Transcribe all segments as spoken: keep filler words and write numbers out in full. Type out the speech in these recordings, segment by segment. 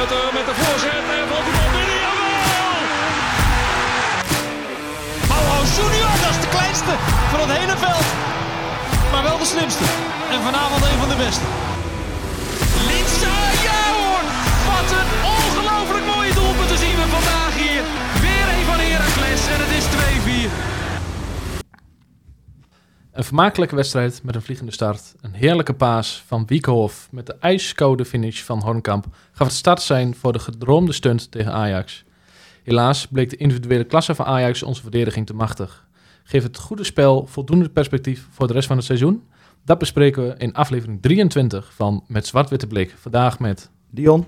Ruiter met de voorzet en valt die bal binnen. Jawel! Paulo Junior, dat is de kleinste van het hele veld. Maar wel de slimste. En vanavond een van de beste. Linsa, ja hoor! Wat een ongelooflijk mooie doelpunten zien we vandaag hier. Weer een van Heracles en het is twee vier. Een vermakelijke wedstrijd met een vliegende start. Een heerlijke paas van Wiekenhof met de ijskoude finish van Hornkamp gaf het start zijn voor de gedroomde stunt tegen Ajax. Helaas bleek de individuele klasse van Ajax onze verdediging te machtig. Geeft het goede spel voldoende perspectief voor de rest van het seizoen? Dat bespreken we in aflevering drieëntwintig van Met Zwart-Witte Blik. Vandaag met Dion,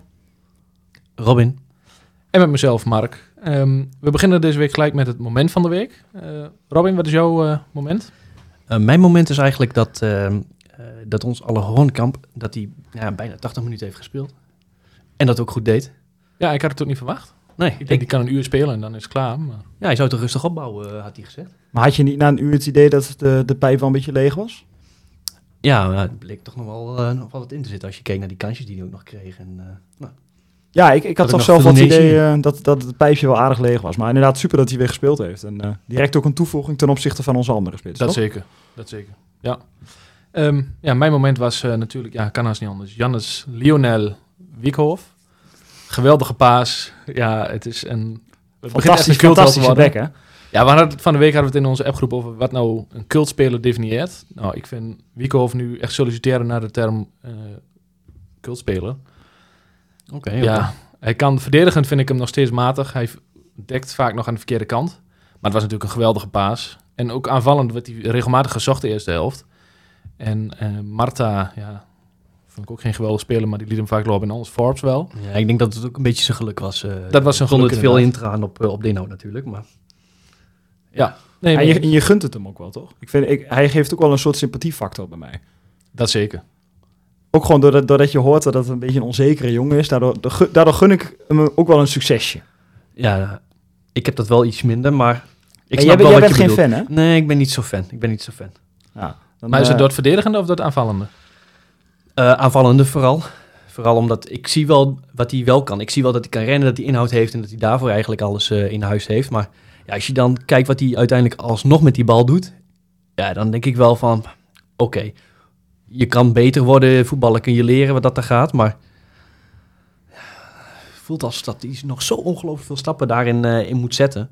Robin. En met mezelf, Mark. Um, we beginnen deze week gelijk met het moment van de week. Uh, Robin, wat is jouw uh, moment? Uh, mijn moment is eigenlijk dat, uh, uh, dat ons alle Hornkamp, dat hij ja, bijna tachtig minuten heeft gespeeld. En dat ook goed deed. Ja, ik had het ook niet verwacht. Nee, Ik denk, die kan een uur spelen en dan is het klaar. Maar... Ja, hij zou het rustig opbouwen, uh, had hij gezegd. maar had je niet na een uur het idee dat de, de pijp wel een beetje leeg was? Ja, uh, het bleek toch nog wel, uh, nog wel wat in te zitten als je keek naar die kansjes die hij ook nog kreeg. En, uh, nou. Ja, ik, ik had Dat toch ik zelf nog wat het veel idee meer uh, dat, dat het pijpje wel aardig leeg was. Maar inderdaad super dat hij weer gespeeld heeft. En uh, direct ook een toevoeging ten opzichte van onze andere spits. Dat toch? zeker, dat zeker. Ja, um, ja mijn moment was uh, natuurlijk, ja, kan haast niet anders. Jannes Lionel Wiekenhof. Geweldige paas. Ja, het is een... Het Fantastisch, cult te fantastische worden. bek, hè? Ja, we hadden het, van de week hadden we het in onze appgroep over wat nou een cultspeler definieert. Nou, ik vind Wiekenhof nu echt solliciteren naar de term uh, cultspeler. Oké, okay, Ja, okay. hij kan verdedigend, vind ik hem nog steeds matig. Hij dekt vaak nog aan de verkeerde kant. Maar het was natuurlijk een geweldige paas. En ook aanvallend werd hij regelmatig gezocht de eerste helft. En uh, Marta, ja, vond ik ook geen geweldige speler, maar die liet hem vaak lopen. En anders Forbes wel. Ja, ik denk dat het ook een beetje zijn geluk was. Uh, Dat was zijn zonder geluk, te veel inderdaad. intraan op, uh, op Dino natuurlijk, maar... Ja, nee, En maar- je, en je gunt het hem ook wel, toch? Ik vind, ik, hij geeft ook wel een soort sympathiefactor bij mij. dat zeker. Ook gewoon doordat, doordat je hoort dat het een beetje een onzekere jongen is. Daardoor, daardoor gun ik hem ook wel een succesje. Ja, ik heb dat wel iets minder, maar... Ik En snap jij, wel jij wat bent je geen bedoelt. fan, hè? Nee, ik ben niet zo fan. Ik ben niet zo fan. Ja, dan, Maar is het eh, door het verdedigende of door het aanvallende? Uh, aanvallende vooral. Vooral omdat ik zie wel wat hij wel kan. Ik zie wel dat hij kan rennen, dat hij inhoud heeft en dat hij daarvoor eigenlijk alles uh, in huis heeft. Maar ja, als je dan kijkt wat hij uiteindelijk alsnog met die bal doet, ja, dan denk ik wel van, oké, okay, je kan beter worden, voetballen kun je leren wat dat er gaat, maar ja, het voelt als dat hij nog zo ongelooflijk veel stappen daarin uh, in moet zetten.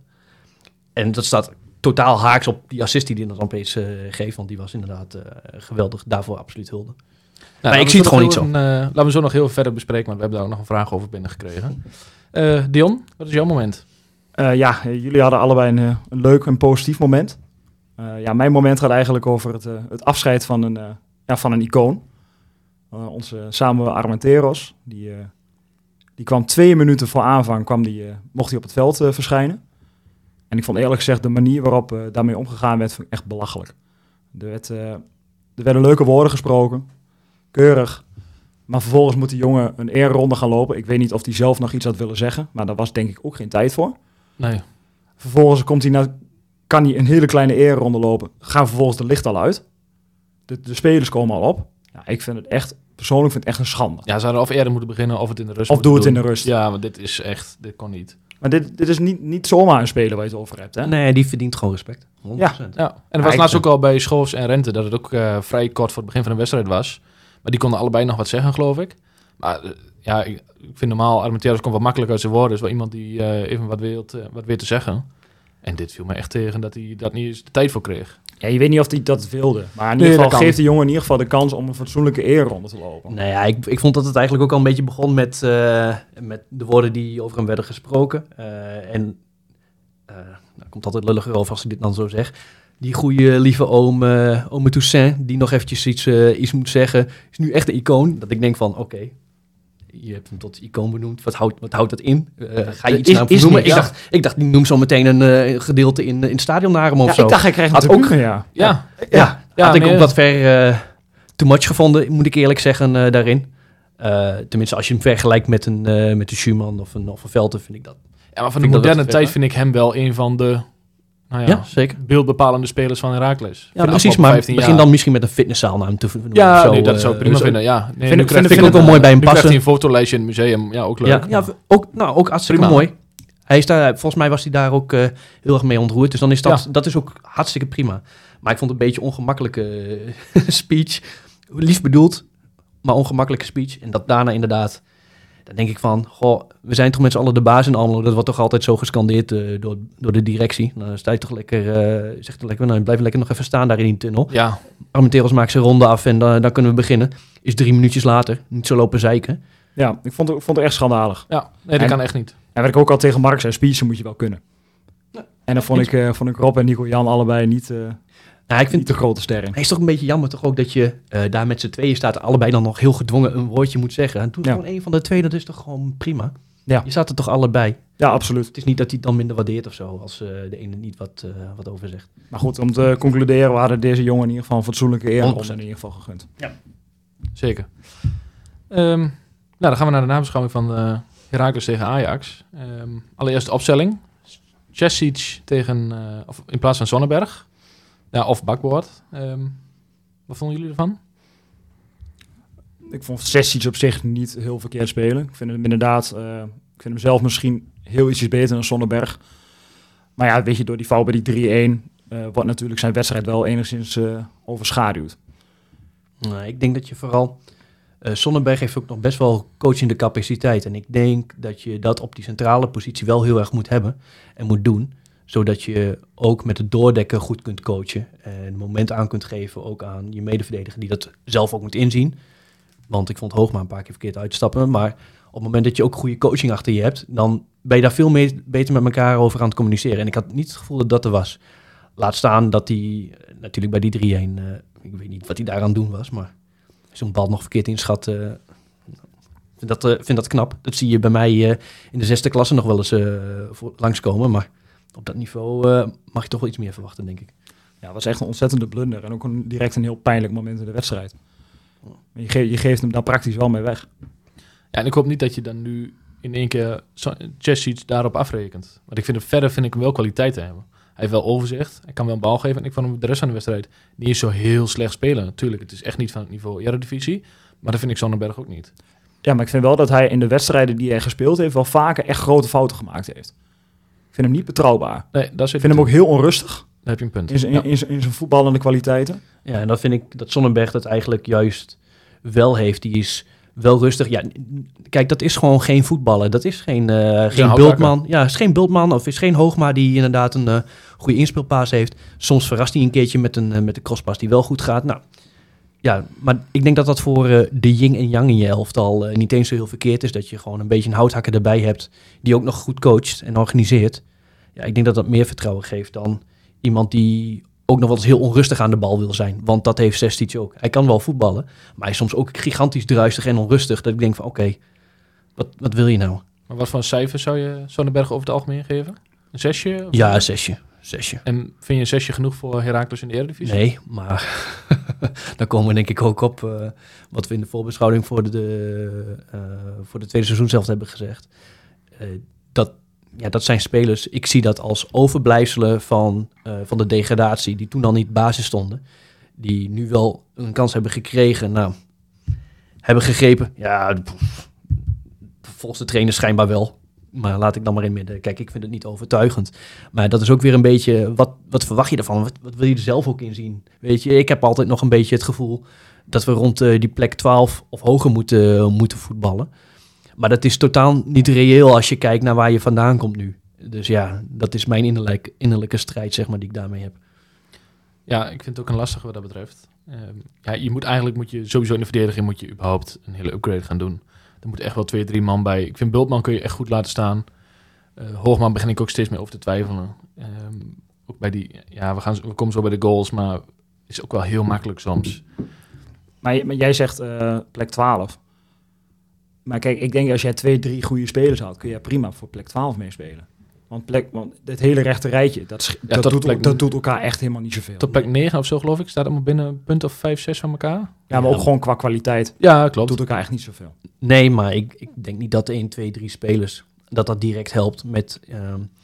En dat staat totaal haaks op die assist die hij dan opeens uh, geeft, want die was inderdaad uh, geweldig, daarvoor absoluut hulde. Nou, ik laten zie we het gewoon nog niet heel een, uh, laten we zo nog heel verder bespreken, want we hebben daar ook nog een vraag over binnengekregen. Uh, Dion, wat is jouw moment? Uh, ja, jullie hadden allebei een, uh, een leuk en positief moment. Uh, ja, mijn moment gaat eigenlijk over het, uh, het afscheid van een, uh, ja, van een icoon. Uh, onze Samuel Armenteros, die, uh, die kwam twee minuten voor aanvang, kwam die, uh, mocht hij op het veld uh, verschijnen. En ik vond eerlijk gezegd de manier waarop uh, daarmee omgegaan werd, vond ik echt belachelijk. Er, werd, uh, er werden leuke woorden gesproken, keurig. Maar vervolgens moet die jongen een eerronde gaan lopen. Ik weet niet of hij zelf nog iets had willen zeggen, maar daar was denk ik ook geen tijd voor. Nee. Vervolgens komt hij naar, kan hij een hele kleine eerronde lopen. Gaan vervolgens de licht al uit. De, de spelers komen al op. Ja, ik vind het echt, persoonlijk vind ik het echt een schande. Ja, ze hadden of eerder moeten beginnen of het in de rust Of moeten doe het in doen. de rust. Ja, maar dit is echt, dit kon niet. Maar dit, dit is niet, niet zomaar een speler waar je het over hebt, hè? Nee, die verdient gewoon respect. honderd procent. Ja, en er Ja, was ik laatst vind- ook al bij Schoofs en Rente dat het ook uh, vrij kort voor het begin van de wedstrijd was. Maar die konden allebei nog wat zeggen, geloof ik. Maar uh, ja, ik, ik vind normaal, Armenteros komt wat makkelijk uit zijn woorden. Is wel iemand die uh, even wat wil, uh, wat weer te zeggen. En dit viel me echt tegen dat hij dat niet eens de tijd voor kreeg. Ja, je weet niet of hij dat wilde. Maar in Nee, ieder dat geval kan. geeft de jongen in ieder geval de kans om een fatsoenlijke eerronde te lopen. Nou ja, ik, ik vond dat het eigenlijk ook al een beetje begon met, uh, met de woorden die over hem werden gesproken. Uh, en uh, nou, komt altijd lulliger over als ik dit dan zo zeg. Die goede, lieve oom, uh, ome Toussaint, die nog eventjes iets, uh, iets moet zeggen, is nu echt een icoon. Dat ik denk van, oké, okay, je hebt hem tot icoon benoemd. Wat houdt, wat houdt dat in? Uh, ga je iets Is- naar hem is noemen? niet, Ik ja. dacht, ik dacht, die noem zo meteen een uh, gedeelte in, in het stadion naar hem of Ja, zo. ik dacht, hij krijgt Had een ook- tribune, ja. Ja, Ja, Ja, had ik nee, ook wat ver uh, too much gevonden, moet ik eerlijk zeggen, uh, daarin. Uh, tenminste, als je hem vergelijkt met een, uh, met een Schumann of een, of een Velten, vind ik dat. ja, maar van Vind de ik dat moderne wat tijd vet, vind ik hem wel een van de nou ja, Ja, zeker. beeldbepalende spelers van Heracles. Ja, precies, maar begin dan misschien met een fitnesszaal naar hem toe. Ja, zo, nee, dat zou ik prima uh, vinden. Ja, nee, vind nu ik- krijgt- vind ik vind ook wel mooi bij hem nu krijgt passen. hij een fotolijstje in het museum. Ja, ook leuk. Ja, ja, ook, nou, ook hartstikke Prima. mooi. Hij is daar, volgens mij was hij daar ook uh, heel erg mee ontroerd. Dus dan is dat, Ja. dat is ook hartstikke prima. Maar ik vond het een beetje een ongemakkelijke uh, speech. Lief bedoeld, maar ongemakkelijke speech. En dat daarna inderdaad, dan denk ik van, goh, we zijn toch met z'n allen de baas in Almelo. Dat wordt toch altijd zo gescandeerd uh, door, door de directie. Nou, dan sta je toch lekker, uh, zegt toch lekker, nou, blijf lekker nog even staan daar in die tunnel. Ja, Armenteros maakt zijn ronde af en dan, dan kunnen we beginnen. Is drie minuutjes later, niet zo lopen zeiken. Ja, ik vond het, ik vond het echt schandalig. ja. Nee, dat En- kan echt niet. En wat ik ook al tegen Mark zei, speechen moet je wel kunnen. Ja. En dan vond ik, uh, vond ik Rob en Nico Jan allebei niet, uh, Nou, ik vind niet de grote sterren. Het is toch een beetje jammer toch ook dat je uh, daar met z'n tweeën staat, allebei dan nog heel gedwongen een woordje moet zeggen. En doe Ja. gewoon één van de twee, dat is toch gewoon prima. Ja. Je staat er toch allebei. Ja, absoluut. Het is niet dat hij het dan minder waardeert of zo, als uh, de ene niet wat, uh, wat over zegt. Maar goed, om te concluderen, we hadden deze jongen in ieder geval een fatsoenlijke eer honderd procent. in ieder geval gegund. Zeker. Um, nou, dan gaan we naar de nabeschouwing van uh, Heracles tegen Ajax. Um, allereerst de opstelling. Česić tegen, uh, of in plaats van Sonnenberg. Ja, of Bakboord. Um, wat vonden jullie ervan? Ik vond Česić op zich niet heel verkeerd spelen. Ik vind hem inderdaad, uh, ik vind hem zelf misschien heel ietsjes beter dan Sonnenberg. Maar ja, weet je, door die fout bij die drie-een uh, wordt natuurlijk zijn wedstrijd wel enigszins uh, overschaduwd. Nou, ik denk dat je vooral... Uh, Sonnenberg heeft ook nog best wel coachende capaciteit. En ik denk dat je dat op die centrale positie wel heel erg moet hebben en moet doen. Zodat je ook met het doordekken goed kunt coachen. En een moment aan kunt geven ook aan je medeverdediger die dat zelf ook moet inzien. Want ik vond Hoogma een paar keer verkeerd uitstappen. Maar op het moment dat je ook goede coaching achter je hebt, dan ben je daar veel meer, beter met elkaar over aan het communiceren. En ik had niet het gevoel dat dat er was. Laat staan dat hij natuurlijk bij die drie-een, uh, ik weet niet wat hij daar aan het doen was, maar zo'n bal nog verkeerd inschat. Uh, vind, dat, uh, vind dat knap. Dat zie je bij mij uh, in de zesde klasse nog wel eens uh, voor, langskomen. Maar op dat niveau uh, mag je toch wel iets meer verwachten, denk ik. Ja, dat was echt een ontzettende blunder. En ook een, direct een heel pijnlijk moment in de wedstrijd. Je, ge- je geeft hem dan praktisch wel mee weg. Ja, en ik hoop niet dat je dan nu in één keer Česić daarop afrekent. Want ik vind hem verder vind ik hem wel kwaliteit te hebben. Hij heeft wel overzicht, hij kan wel een bal geven. En ik vond hem de rest van de wedstrijd niet eens zo heel slecht spelen. Natuurlijk, het is echt niet van het niveau Eredivisie. Maar dat vind ik Sonnenberg ook niet. Ja, maar ik vind wel dat hij in de wedstrijden die hij gespeeld heeft wel vaker echt grote fouten gemaakt heeft. Ik vind hem niet betrouwbaar. Nee, dat is Ik vind hem ook heel onrustig Dan heb je een punt. in zijn, Ja. in zijn, in zijn voetballende kwaliteiten. Ja, en dan vind ik dat Sonnenberg dat eigenlijk juist wel heeft. Die is wel rustig. Ja, kijk, dat is gewoon geen voetballer. Dat is geen, uh, geen houthakker. Bultman. Ja, is geen Bultman of is geen Hoogma die inderdaad een uh, goede inspeelpaas heeft. Soms verrast hij een keertje met een, uh, met een crosspas die wel goed gaat. Nou, ja, maar ik denk dat dat voor uh, de yin en yang in je elftal uh, niet eens zo heel verkeerd is. Dat je gewoon een beetje een houthakker erbij hebt die ook nog goed coacht en organiseert. Ja, ik denk dat dat meer vertrouwen geeft dan iemand die ook nog wel eens heel onrustig aan de bal wil zijn. Want dat heeft Česić ook. Hij kan wel voetballen, maar hij is soms ook gigantisch druistig en onrustig. Dat ik denk van, oké, okay, wat, wat wil je nou? Maar wat voor een cijfer zou je Sonnenberg over het algemeen geven? Een zesje? Of Ja, een zesje. zesje. En vind je een zesje genoeg voor Heracles in de Eredivisie? Nee, maar daar komen we denk ik ook op uh, wat we in de voorbeschouwing voor de, uh, voor de tweede seizoen zelf hebben gezegd. Uh, dat, ja, dat zijn spelers, ik zie dat als overblijfselen van, uh, van de degradatie, die toen al niet basis stonden. Die nu wel een kans hebben gekregen, nou, hebben gegrepen. Ja, pff, volgens de trainer schijnbaar wel. Maar laat ik dan maar in midden. Kijk, ik vind het niet overtuigend. Maar dat is ook weer een beetje, wat, wat verwacht je ervan? Wat, wat wil je er zelf ook in zien? Weet je, ik heb altijd nog een beetje het gevoel dat we rond uh, die plek twaalf of hoger moeten, uh, moeten voetballen. Maar dat is totaal niet reëel als je kijkt naar waar je vandaan komt nu. Dus ja, dat is mijn innerlijke, innerlijke strijd, zeg maar, die ik daarmee heb. Ja, ik vind het ook een lastige wat dat betreft. Um, ja, je moet eigenlijk moet je sowieso in de verdediging moet je überhaupt een hele upgrade gaan doen. Er moet echt wel twee, drie man bij. Ik vind Bultman kun je echt goed laten staan. Uh, Hoogman begin ik ook steeds meer over te twijfelen. Um, ook bij die, ja, we, gaan, we komen zo bij de goals, maar is ook wel heel makkelijk soms. Maar, maar jij zegt uh, plek twaalf. Maar kijk, ik denk als jij twee, drie goede spelers had, kun je prima voor plek twaalf meespelen. Want, plek, want het hele rechte rijtje, dat, sch- Ja, dat, tot doet, plek- dat doet elkaar echt helemaal niet zoveel. Tot plek negen of zo geloof ik, staat allemaal binnen een punt of vijf, zes van elkaar. Ja, maar ook gewoon qua kwaliteit. Ja, Dat klopt. doet elkaar echt niet zoveel. Nee, maar ik, ik denk niet dat één, twee, drie spelers, dat dat direct helpt met, uh,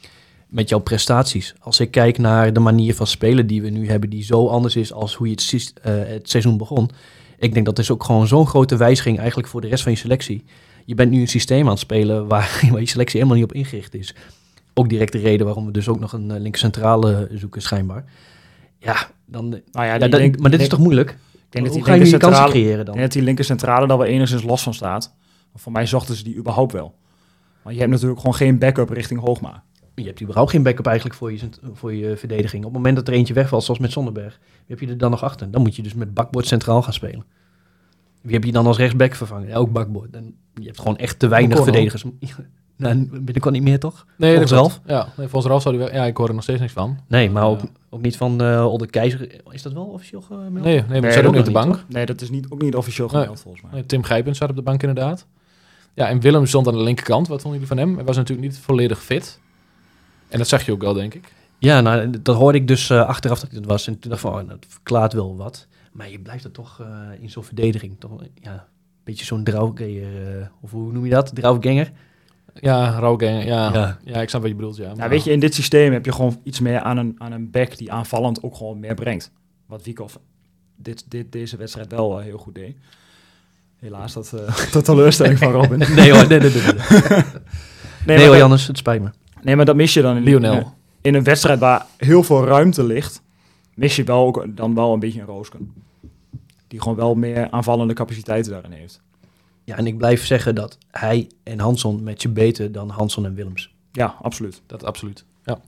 met jouw prestaties. Als ik kijk naar de manier van spelen die we nu hebben, die zo anders is als hoe je het, sis- uh, het seizoen begon. Ik denk dat is ook gewoon zo'n grote wijziging eigenlijk voor de rest van je selectie. Je bent nu een systeem aan het spelen waar, waar je selectie helemaal niet op ingericht is. Ook direct de reden waarom we dus ook nog een uh, linkercentrale zoeken schijnbaar. Ja, dan, Nou ja, ja, die dat, link- maar dit is link- toch moeilijk? Ik denk dat Hoe die ga je nu je kansen linkercentrale- creëren Ik dan? denk dat die linkercentrale daar wel enigszins los van staat. Maar voor mij zochten ze die überhaupt wel. Want je hebt natuurlijk gewoon geen backup richting Hoogma. Je hebt überhaupt geen backup eigenlijk voor je, voor je verdediging. Op het moment dat er eentje wegvalt, zoals met Zonderberg, wie heb je er dan nog achter? Dan moet je dus met Bakboord centraal gaan spelen. Wie heb je dan als rechtsback vervangen? Ja, ook Bakboord. En je hebt gewoon echt te weinig O'Connell. verdedigers. Nou, binnenkort niet meer, toch? Nee, Volgens dat Ralf? klopt. Ja, nee, volgens Ralf zou die wel... Ja, ik hoor er nog steeds niks van. Nee, maar Ja. ook, ook niet van uh, Olde Keizer. Is dat wel officieel gemeld? Nee, nee, maar Nee, ze zat ook ook niet op de nog niet, bank. Nee, dat is niet, ook niet officieel Nee. gemeld volgens mij. Nee, Tim Gijpens zat op de bank inderdaad. Ja, en Willem stond aan de linkerkant. Wat vonden jullie van hem? Hij was natuurlijk niet volledig fit. En dat zag je ook wel, denk ik. Ja, nou, dat hoorde ik dus uh, achteraf dat het was. En toen dacht ik van, oh, dat verklaart wel wat. Maar je blijft er toch uh, in zo'n verdediging. Toch, ja, een beetje zo'n draufganger. Uh, of hoe noem je dat? Draufganger? Ja, Rauwgang, ja. Ja. ja. ik snap wat je bedoelt, ja. Nou, Maar- weet je, in dit systeem heb je gewoon iets meer aan een, aan een back die aanvallend ook gewoon meer brengt. Wat Wiekhoff dit, dit, deze wedstrijd wel uh, heel goed deed. Helaas, dat uh, tot teleurstelling van Robin. Nee hoor, nee, nee, nee. Nee, Nee, nee maar hoor, dat, Jannes, het spijt me. nee, maar dat mis je dan in, Lionel. in, in een wedstrijd waar heel veel ruimte ligt. Mis je wel ook dan wel een beetje een Roosken. Die gewoon wel meer aanvallende capaciteiten daarin heeft. Ja, en ik blijf zeggen dat hij en Hansson matchen beter dan Hansson en Willems. Ja, absoluut. Dat absoluut, ja.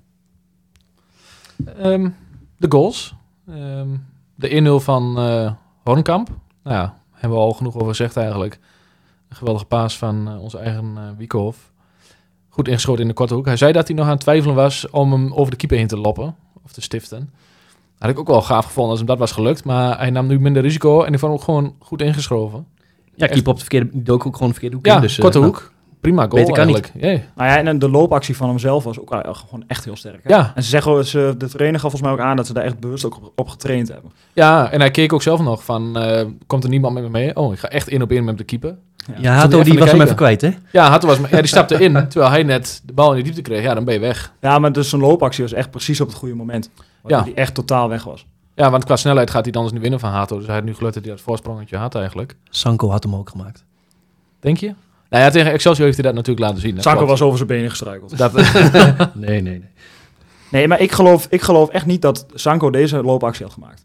Ehm, de goals. Ehm, de een nul van uh, Hornkamp. Nou ja, hebben we al genoeg over gezegd eigenlijk. Een geweldige paas van uh, onze eigen uh, Wiekhoff. Goed ingeschoten in de korte hoek. Hij zei dat hij nog aan het twijfelen was om hem over de keeper heen te loppen. Of te stiften. Had ik ook wel gaaf gevonden als hem dat was gelukt. Maar hij nam nu minder risico en ik vond hem ook gewoon goed ingeschoven. Ja, Echt. keeper op de verkeerde, die dook ook gewoon de verkeerde hoek Ja, in. Dus, uh, korte nou, hoek. Prima goal beter kan eigenlijk. Jee. Nou ja, en de loopactie van hemzelf was ook uh, gewoon echt heel sterk. Hè? Ja. En ze zeggen, ze, de trainer gaf volgens mij ook aan dat ze daar echt bewust ook op, op getraind hebben. Ja, en hij keek ook zelf nog van, uh, komt er niemand met me mee? Oh, ik ga echt één op één met de keeper. Ja, Hato even die was hem kijken. even kwijt, hè? Ja, Hato was, ja, die stapte in, terwijl hij net de bal in de diepte kreeg. Ja, dan ben je weg. Ja, maar dus zijn loopactie was echt precies op het goede moment. Waardoor Ja. die echt totaal weg was. Ja, want qua snelheid gaat hij dan dus nu winnen van Hato. Dus hij had nu geluk dat hij dat voorsprongetje had eigenlijk. Sanko had hem ook gemaakt. Denk je? Nou ja, tegen Excelsior heeft hij dat natuurlijk laten zien. Dat Sanko klopt. was over zijn benen gestruikeld. Dat, Nee, nee, nee. Nee, maar ik geloof, ik geloof echt niet dat Sanko deze loopactie had gemaakt.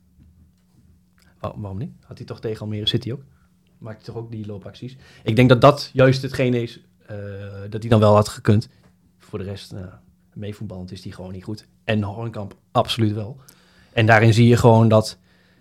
Wa- waarom niet? Had hij toch tegen Almere City ook? Maakt hij toch ook die loopacties? Ik denk dat dat juist hetgene is uh, dat hij dan wel had gekund. Voor de rest, uh, meevoetballend is hij gewoon niet goed. En Hornkamp absoluut wel. En daarin zie je gewoon dat...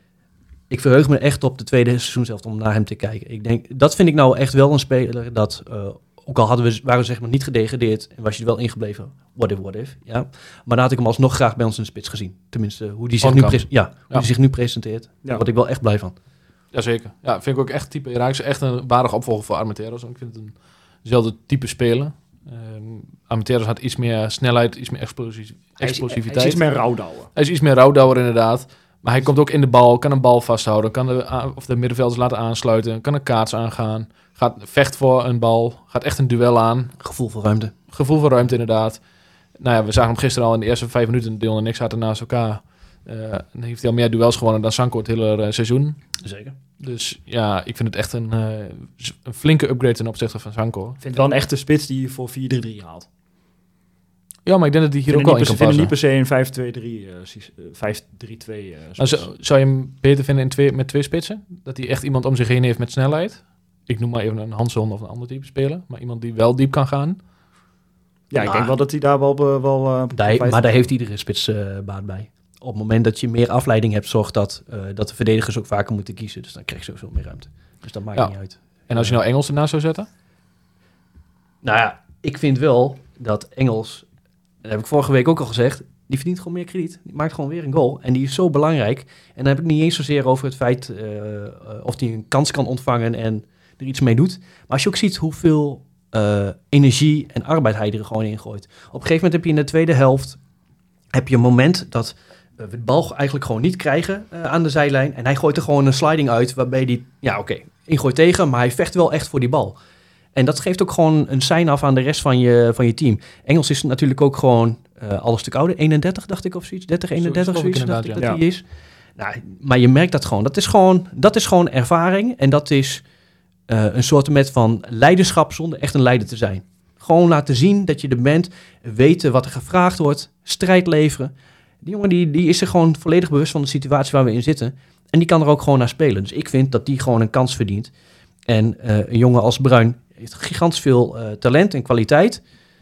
Ik verheug me echt op de tweede seizoenshelft om naar hem te kijken. Ik denk, dat vind ik nou echt wel een speler dat... Uh, ook al hadden we, waren we zeg maar niet gedegradeerd en was je er wel ingebleven. What if, what if. Ja. Maar dan had ik hem alsnog graag bij ons in de spits gezien. Tenminste, hoe die zich, nu, Hornkamp. pres- ja, hoe Ja. die zich nu presenteert. Ja. Daar word ik wel echt blij van. Jazeker. Ja, vind ik ook echt type Iraakse. Echt een waardige opvolger voor Armenteros. Ik vind het eenzelfde type speler. Um, Armenteros had iets meer snelheid, iets meer explosie- Hij is, explosiviteit. hij is iets meer rouwdouwer. Hij is iets meer rouwdouwer inderdaad. Maar hij komt ook in de bal, kan een bal vasthouden, kan de, a- of de middenvelders laten aansluiten, kan een kaats aangaan, gaat vecht voor een bal, gaat echt een duel aan. Gevoel voor ruimte. Gevoel voor ruimte inderdaad. Nou ja, we zagen hem gisteren al in de eerste vijf minuten, deel en niks hadden naast elkaar. Uh, dan heeft hij al meer duels gewonnen dan Sanko het hele uh, seizoen. Zeker. Dus ja, ik vind het echt een, uh, een flinke upgrade ten opzichte van Sanko. Ik vind het wel een echte spits die je voor vier drie drie haalt. Ja, maar ik denk dat hij hier Ik ook wel in vind kan het niet passen. per se een vijf twee drie, uh, vijf drie twee uh, Nou, spits. zou, zou je hem beter vinden in twee, met twee spitsen? Dat hij echt iemand om zich heen heeft met snelheid? Ik noem maar even een Hansson of een ander type speler. Maar iemand die wel diep kan gaan. Ja, ik Maar- denk wel dat hij daar wel... be- wel uh, Daar, bij- maar daar heeft iedere spits uh, baat bij. Op het moment dat je meer afleiding hebt, zorgt dat, uh, dat de verdedigers ook vaker moeten kiezen. Dus dan krijg je sowieso meer ruimte. Dus dat maakt Ja. niet uit. En als je nou Engels ernaast zou zetten? Nou ja, ik vind wel dat Engels, dat heb ik vorige week ook al gezegd, die verdient gewoon meer krediet. Die maakt gewoon weer een goal. En die is zo belangrijk. En dan heb ik niet eens zozeer over het feit uh, uh, of hij een kans kan ontvangen en er iets mee doet. Maar als je ook ziet hoeveel uh, energie en arbeid hij er gewoon in gooit. Op een gegeven moment heb je in de tweede helft heb je een moment dat uh, we de bal eigenlijk gewoon niet krijgen uh, aan de zijlijn. En hij gooit er gewoon een sliding uit waarbij hij, ja oké, okay, ingooit tegen, maar hij vecht wel echt voor die bal. En dat geeft ook gewoon een sein af aan de rest van je, van je team. Engels is natuurlijk ook gewoon uh, al een stuk ouder. eenendertig dacht ik of zoiets. dertig, eenendertig zoiets dacht ik dat hij ja. is. Nou, maar je merkt dat gewoon. Dat is gewoon, dat is gewoon ervaring. En dat is uh, een soort met van leiderschap zonder echt een leider te zijn. Gewoon laten zien dat je er bent. Weten wat er gevraagd wordt. Strijd leveren. Die jongen die, die is zich gewoon volledig bewust van de situatie waar we in zitten. En die kan er ook gewoon naar spelen. Dus ik vind dat die gewoon een kans verdient. En uh, een jongen als Bruin heeft gigantisch veel uh, talent en kwaliteit.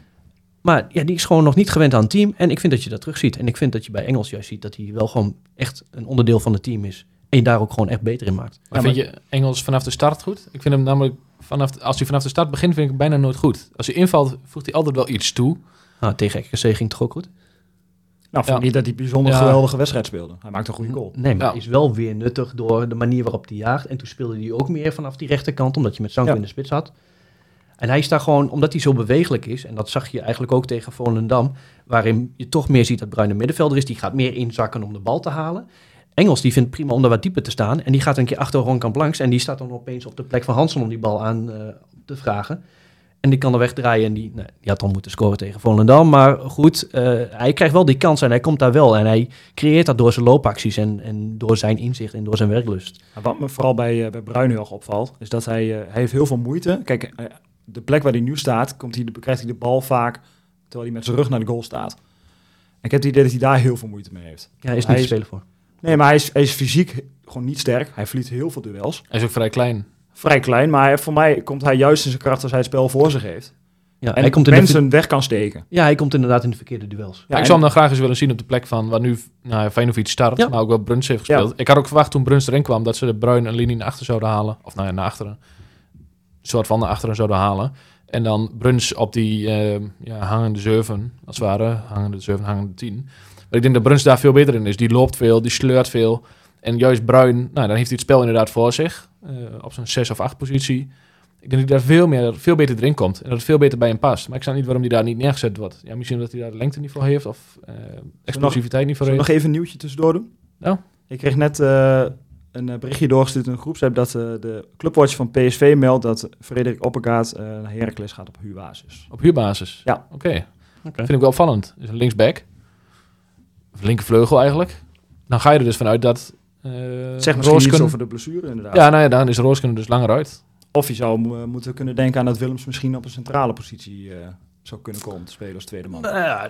Maar ja, die is gewoon nog niet gewend aan het team. En ik vind dat je dat terugziet. En ik vind dat je bij Engels juist ziet dat hij wel gewoon echt een onderdeel van het team is. En je daar ook gewoon echt beter in maakt. Maar ja, vind maar... je Engels vanaf de start goed? Ik vind hem namelijk, vanaf de, als hij vanaf de start begint, vind ik hem bijna nooit goed. Als hij invalt, voegt hij altijd wel iets toe. Ah, tegen R K C ging het toch ook goed? Nou, vond ja. niet dat hij bijzonder ja. geweldige wedstrijd speelde. Hij maakte een goede goal. Nee, maar ja. hij is wel weer nuttig door de manier waarop hij jaagt. En toen speelde hij ook meer vanaf die rechterkant, omdat je met Sanko ja. in de spits had. En hij is daar gewoon, omdat hij zo bewegelijk is, en dat zag je eigenlijk ook tegen Volendam, waarin je toch meer ziet dat Bruin een middenvelder is, die gaat meer inzakken om de bal te halen. Engels, die vindt het prima om daar wat dieper te staan, en die gaat een keer achter Ronkamp langs, en die staat dan opeens op de plek van Hansen om die bal aan uh, te vragen. En die kan er wegdraaien en die, nou, die had dan moeten scoren tegen Volendam. Maar goed, uh, hij krijgt wel die kans en hij komt daar wel. En hij creëert dat door zijn loopacties en, en door zijn inzicht en door zijn werklust. Wat me vooral bij, uh, bij Bruin heel erg opvalt, is dat hij, uh, hij heeft heel veel moeite. Kijk, uh, de plek waar hij nu staat, komt hij, krijgt hij de bal vaak terwijl hij met zijn rug naar de goal staat. En ik heb het idee dat hij daar heel veel moeite mee heeft. Ja, hij is niet te spelen voor. Nee, maar hij is, hij is fysiek gewoon niet sterk. Hij verliest heel veel duels. Hij is ook vrij klein. Vrij klein, maar voor mij komt hij juist in zijn kracht als hij het spel voor zich heeft. Ja, en hij komt in mensen de... weg kan steken. Ja, hij komt inderdaad in de verkeerde duels. Ja, ik zou hem dan graag eens willen zien op de plek van waar nu nou, Feyenoord start, ja. maar ook wel Bruns heeft gespeeld. Ja. Ik had ook verwacht toen Bruns erin kwam dat ze de Bruin een linie naar achter zouden halen. Of nou ja, naar achteren. Een soort van naar achteren zouden halen. En dan Bruns op die uh, ja, hangende zeven, als het ware. Hangende zeven, hangende tien. Maar ik denk dat Bruns daar veel beter in is. Die loopt veel, die sleurt veel. En juist Bruin, nou, dan heeft hij het spel inderdaad voor zich. Uh, op zijn zes of acht positie. Ik denk dat hij daar veel, meer, veel beter erin komt. En dat het veel beter bij hem past. Maar ik snap niet waarom hij daar niet neergezet wordt. Ja, misschien omdat hij daar de lengte niet voor heeft. Of uh, explosiviteit niet voor heeft. Nog even een nieuwtje tussendoor doen? Ja. Ik kreeg net uh, een berichtje doorgestuurd in een groepsapp dat uh, de clubwatch van P S V meldt dat Frederik Oppergaard uh, naar Heracles gaat op huurbasis. Op huurbasis? Ja. Oké. Okay. Okay. Vind ik wel opvallend. Is een linksback. Of linkervleugel eigenlijk. Dan ga je er dus vanuit dat... Uh, zeg misschien Roosken... iets over de blessure inderdaad. Ja, nou ja, dan is Roosken dus langer uit. Of je zou uh, moeten kunnen denken aan dat Willems misschien op een centrale positie uh, zou kunnen komen te spelen als tweede man. Nou ja,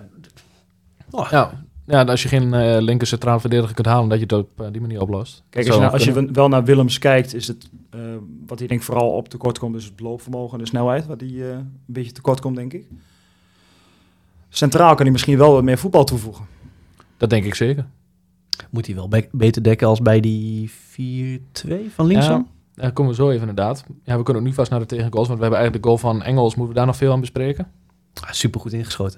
oh. ja. ja, als je geen uh, linker centraal verdediger kunt halen, dat je het op uh, die manier oplost. Kijk, als je, nou, als je wel naar Willems kijkt, is het uh, wat hij denk ik vooral op tekort komt, is het loopvermogen en de snelheid, wat hij uh, een beetje tekort komt, denk ik. Centraal kan hij misschien wel wat meer voetbal toevoegen. Dat denk ik zeker. Moet hij wel be- beter dekken als bij die vier twee van linksom? Ja. Daar komen we zo even inderdaad. Ja, we kunnen ook nu vast naar de tegengoals, want we hebben eigenlijk de goal van Engels. Moeten we daar nog veel aan bespreken? Ah, supergoed ingeschoten.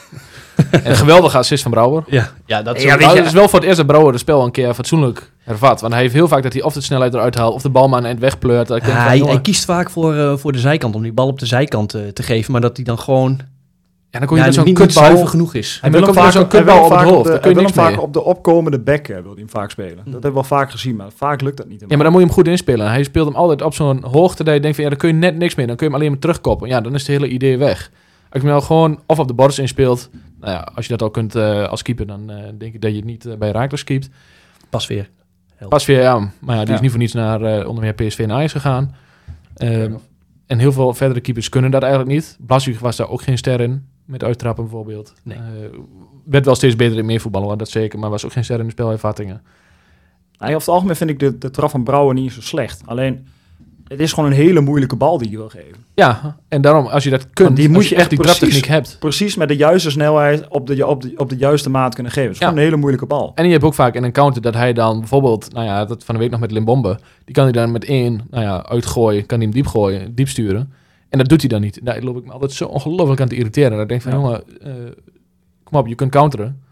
En een geweldige assist van Brouwer. Ja, ja dat is, ja, nou, is wel voor het eerst dat Brouwer de spel een keer fatsoenlijk hervat. Want hij heeft heel vaak dat hij of de snelheid eruit haalt of de bal maar aan het eind wegpleurt. Dat ik denk ja, van, hij, jongen, hij kiest vaak voor, uh, voor de zijkant, om die bal op de zijkant uh, te geven. Maar dat hij dan gewoon... Ja, dan kon je ja, met zo'n niet, kutbal... niet zuiver genoeg is. Hij wil hem vaak, zo'n kutbal op het hoofd. Daar kun je niks vaak mee. op de opkomende bek wil hij hem vaak spelen. Dat hebben we wel vaak gezien, maar vaak lukt dat niet. Ja, maar dan moet je hem goed inspelen. Hij speelt hem altijd op zo'n hoogte dat je denkt van ja, dan kun je net niks mee. Dan kun je hem alleen maar terugkoppen. Ja, dan is het hele idee weg. Als je hem nou gewoon of op de borst inspeelt, nou ja, als je dat al kunt uh, als keeper, dan uh, denk ik dat je het niet uh, bij Heracles keept. Pas weer. Help. Pas weer, ja. Maar ja, die ja. is niet voor niets naar uh, onder meer P S V en Ajax gegaan. Um, en heel veel verdere keepers kunnen dat eigenlijk niet. Blaswig was daar ook geen ster in. Met uittrappen bijvoorbeeld. Nee. Uh, werd wel steeds beter in meervoetballen, dat zeker. Maar was ook geen ster in de spelervattingen. Nou, over het algemeen vind ik de, de trap van Brouwer niet zo slecht. Alleen, het is gewoon een hele moeilijke bal die je wil geven. Ja, en daarom, als je dat kunt, want die moet je echt die precies, traptechniek hebt. Precies met de juiste snelheid op de, op de, op de juiste maat kunnen geven. Het is ja. gewoon een hele moeilijke bal. En je hebt ook vaak in een counter dat hij dan bijvoorbeeld, nou ja, dat van de week nog met Limbombe, die kan hij dan met één, nou ja, uitgooien, kan hij hem diep gooien, diep sturen. En dat doet hij dan niet. Daar loop ik me altijd zo ongelooflijk aan te irriteren. Dat ik denk van, ja. jongen, uh, kom op, je kunt counteren.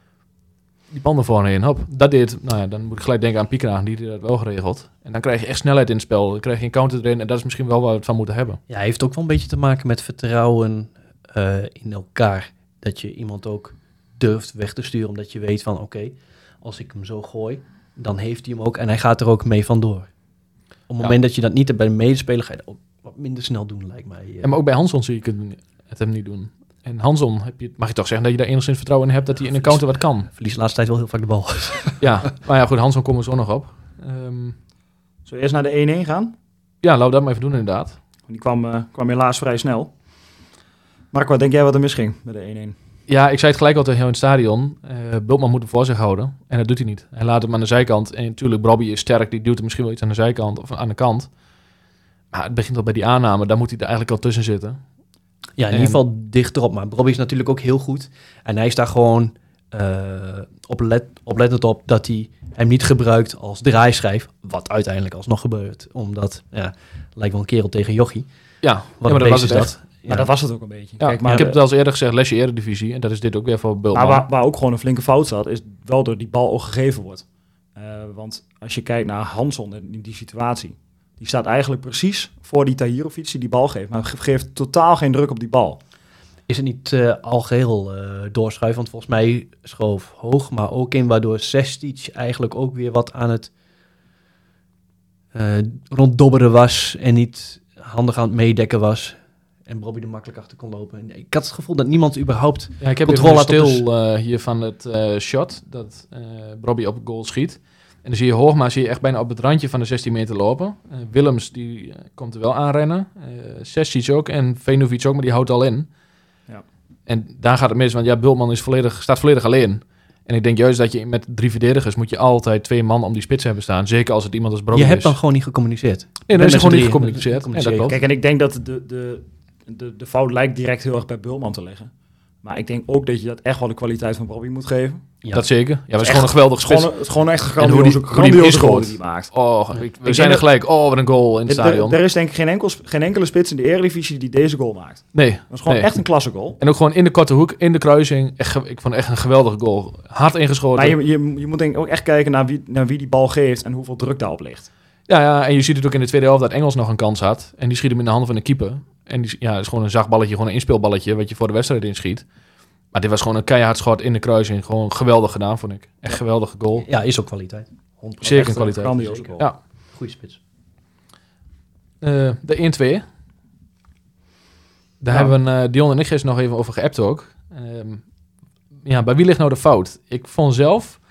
Die banden voorheen, hop. Dat deed, nou ja, dan moet ik gelijk denken aan Piekraag, die dat wel geregeld. En dan krijg je echt snelheid in het spel. Dan krijg je een counter erin en dat is misschien wel waar we het van moeten hebben. Ja, hij heeft ook wel een beetje te maken met vertrouwen uh, in elkaar. Dat je iemand ook durft weg te sturen, omdat je weet van, oké, okay, als ik hem zo gooi, dan heeft hij hem ook en hij gaat er ook mee vandoor. Op het ja. moment dat je dat niet hebt bij de medespeler, ga je ook wat minder snel doen, lijkt mij. Ja, maar ook bij Hanson zie ik het, het hem niet doen. En Hanson, heb je, mag je toch zeggen dat je daar enigszins vertrouwen in hebt dat hij in een counter wat kan? Verlies de laatste tijd wel heel vaak de bal. Ja, maar ja goed, Hanson komen we zo nog op. Um, Zullen we eerst naar de één-één gaan? ja, laten we dat maar even doen inderdaad. Die kwam, uh, kwam helaas vrij snel. Marco, wat denk jij wat er misging met de één-één? Ja, ik zei het gelijk al tegen jou in het stadion. Uh, Bultman moet hem voor zich houden. En dat doet hij niet. Hij laat hem aan de zijkant. En natuurlijk, Brobby is sterk. Die duwt hem misschien wel iets aan de zijkant of aan de kant. Maar het begint al bij die aanname. Daar moet hij er eigenlijk al tussen zitten. Ja, in en... ieder geval dichterop. Maar Brobby is natuurlijk ook heel goed. En hij is daar gewoon uh, oplet, oplettend op dat hij hem niet gebruikt als draaischijf. Wat uiteindelijk alsnog gebeurt. Omdat, ja, lijkt wel een kerel tegen Jochie. Ja, Wat ja, maar dat was is het dat? echt. Maar ja. dat was het ook een beetje. Ja, Kijk, maar ik heb de, het al eens eerder gezegd, lesje Eredivisie. En dat is dit ook weer voor Bultman. Maar waar, waar ook gewoon een flinke fout zat, is wel door die bal ook gegeven wordt. Uh, want als je kijkt naar Hanson in die situatie, die staat eigenlijk precies voor die Tahirovic die die bal geeft. Maar geeft totaal geen druk op die bal. Is het niet uh, al geheel uh, doorschuiven? Want volgens mij schoof Hoog, maar ook in waardoor Sestic eigenlijk ook weer wat aan het uh, ronddobberen was en niet handig aan het meedekken was. En Brobby er makkelijk achter kon lopen. Ik had het gevoel dat niemand überhaupt ja, ik heb controle had stil op de... uh, hier van het uh, shot dat uh, Brobby op goal schiet. En dan zie je Hoogma zie je echt bijna op het randje van de zestien meter lopen. Uh, Willems die uh, komt er wel aanrennen. Uh, Sestic ook en Venovic ook, maar die houdt al in. Ja. En daar gaat het mis, want ja, Bultman is volledig, staat volledig alleen. En ik denk juist dat je met drie verdedigers moet je altijd twee man om die spits hebben staan. Zeker als het iemand als Brobby is. Je hebt dan gewoon niet gecommuniceerd. Nee, dat is gewoon niet drie, gecommuniceerd. En dat klopt. Kijk, en ik denk dat de, de, de, de fout lijkt direct heel erg bij Bultman te liggen. Maar ik denk ook dat je dat echt wel de kwaliteit van Brobby moet geven. Ja. Dat zeker. Ja, dat is echt, gewoon een geweldig spits. Het is gewoon echt een En hoe die- grandioze, hoe die grandioze inschoot. goal die hij maakt. Oh, ik, we Ik zijn er denk gelijk. Oh, wat een goal in het Er, stadion. er is denk ik geen, enkel, geen enkele spits in de Eredivisie die deze goal maakt. Nee. Dat is gewoon nee. echt een klasse goal. En ook gewoon in de korte hoek, in de kruising. Echt, ge- ik vond het echt een geweldige goal. Hard ingeschoten. Maar je, je, je moet denk ik ook echt kijken naar wie, naar wie die bal geeft en hoeveel druk daarop ligt. Ja, ja, en je ziet het ook in de tweede helft dat Engels nog een kans had. En die schiet hem in de handen van de keeper. En die, ja, het is gewoon een zacht balletje, gewoon een inspeelballetje wat je voor de wedstrijd inschiet. Maar dit was gewoon een keihard schot in de kruising. Gewoon geweldig gedaan, vond ik. Echt geweldige goal. Ja, is ook kwaliteit. honderd procent. Zeker een Echt kwaliteit. grandioze goal. Ja. Goeie spits. Uh, de één-twee. Daar Ja. hebben we uh, Dion en ik gisteren nog even over geappt ook. Um, ja, bij wie ligt nou de fout? Ik vond zelf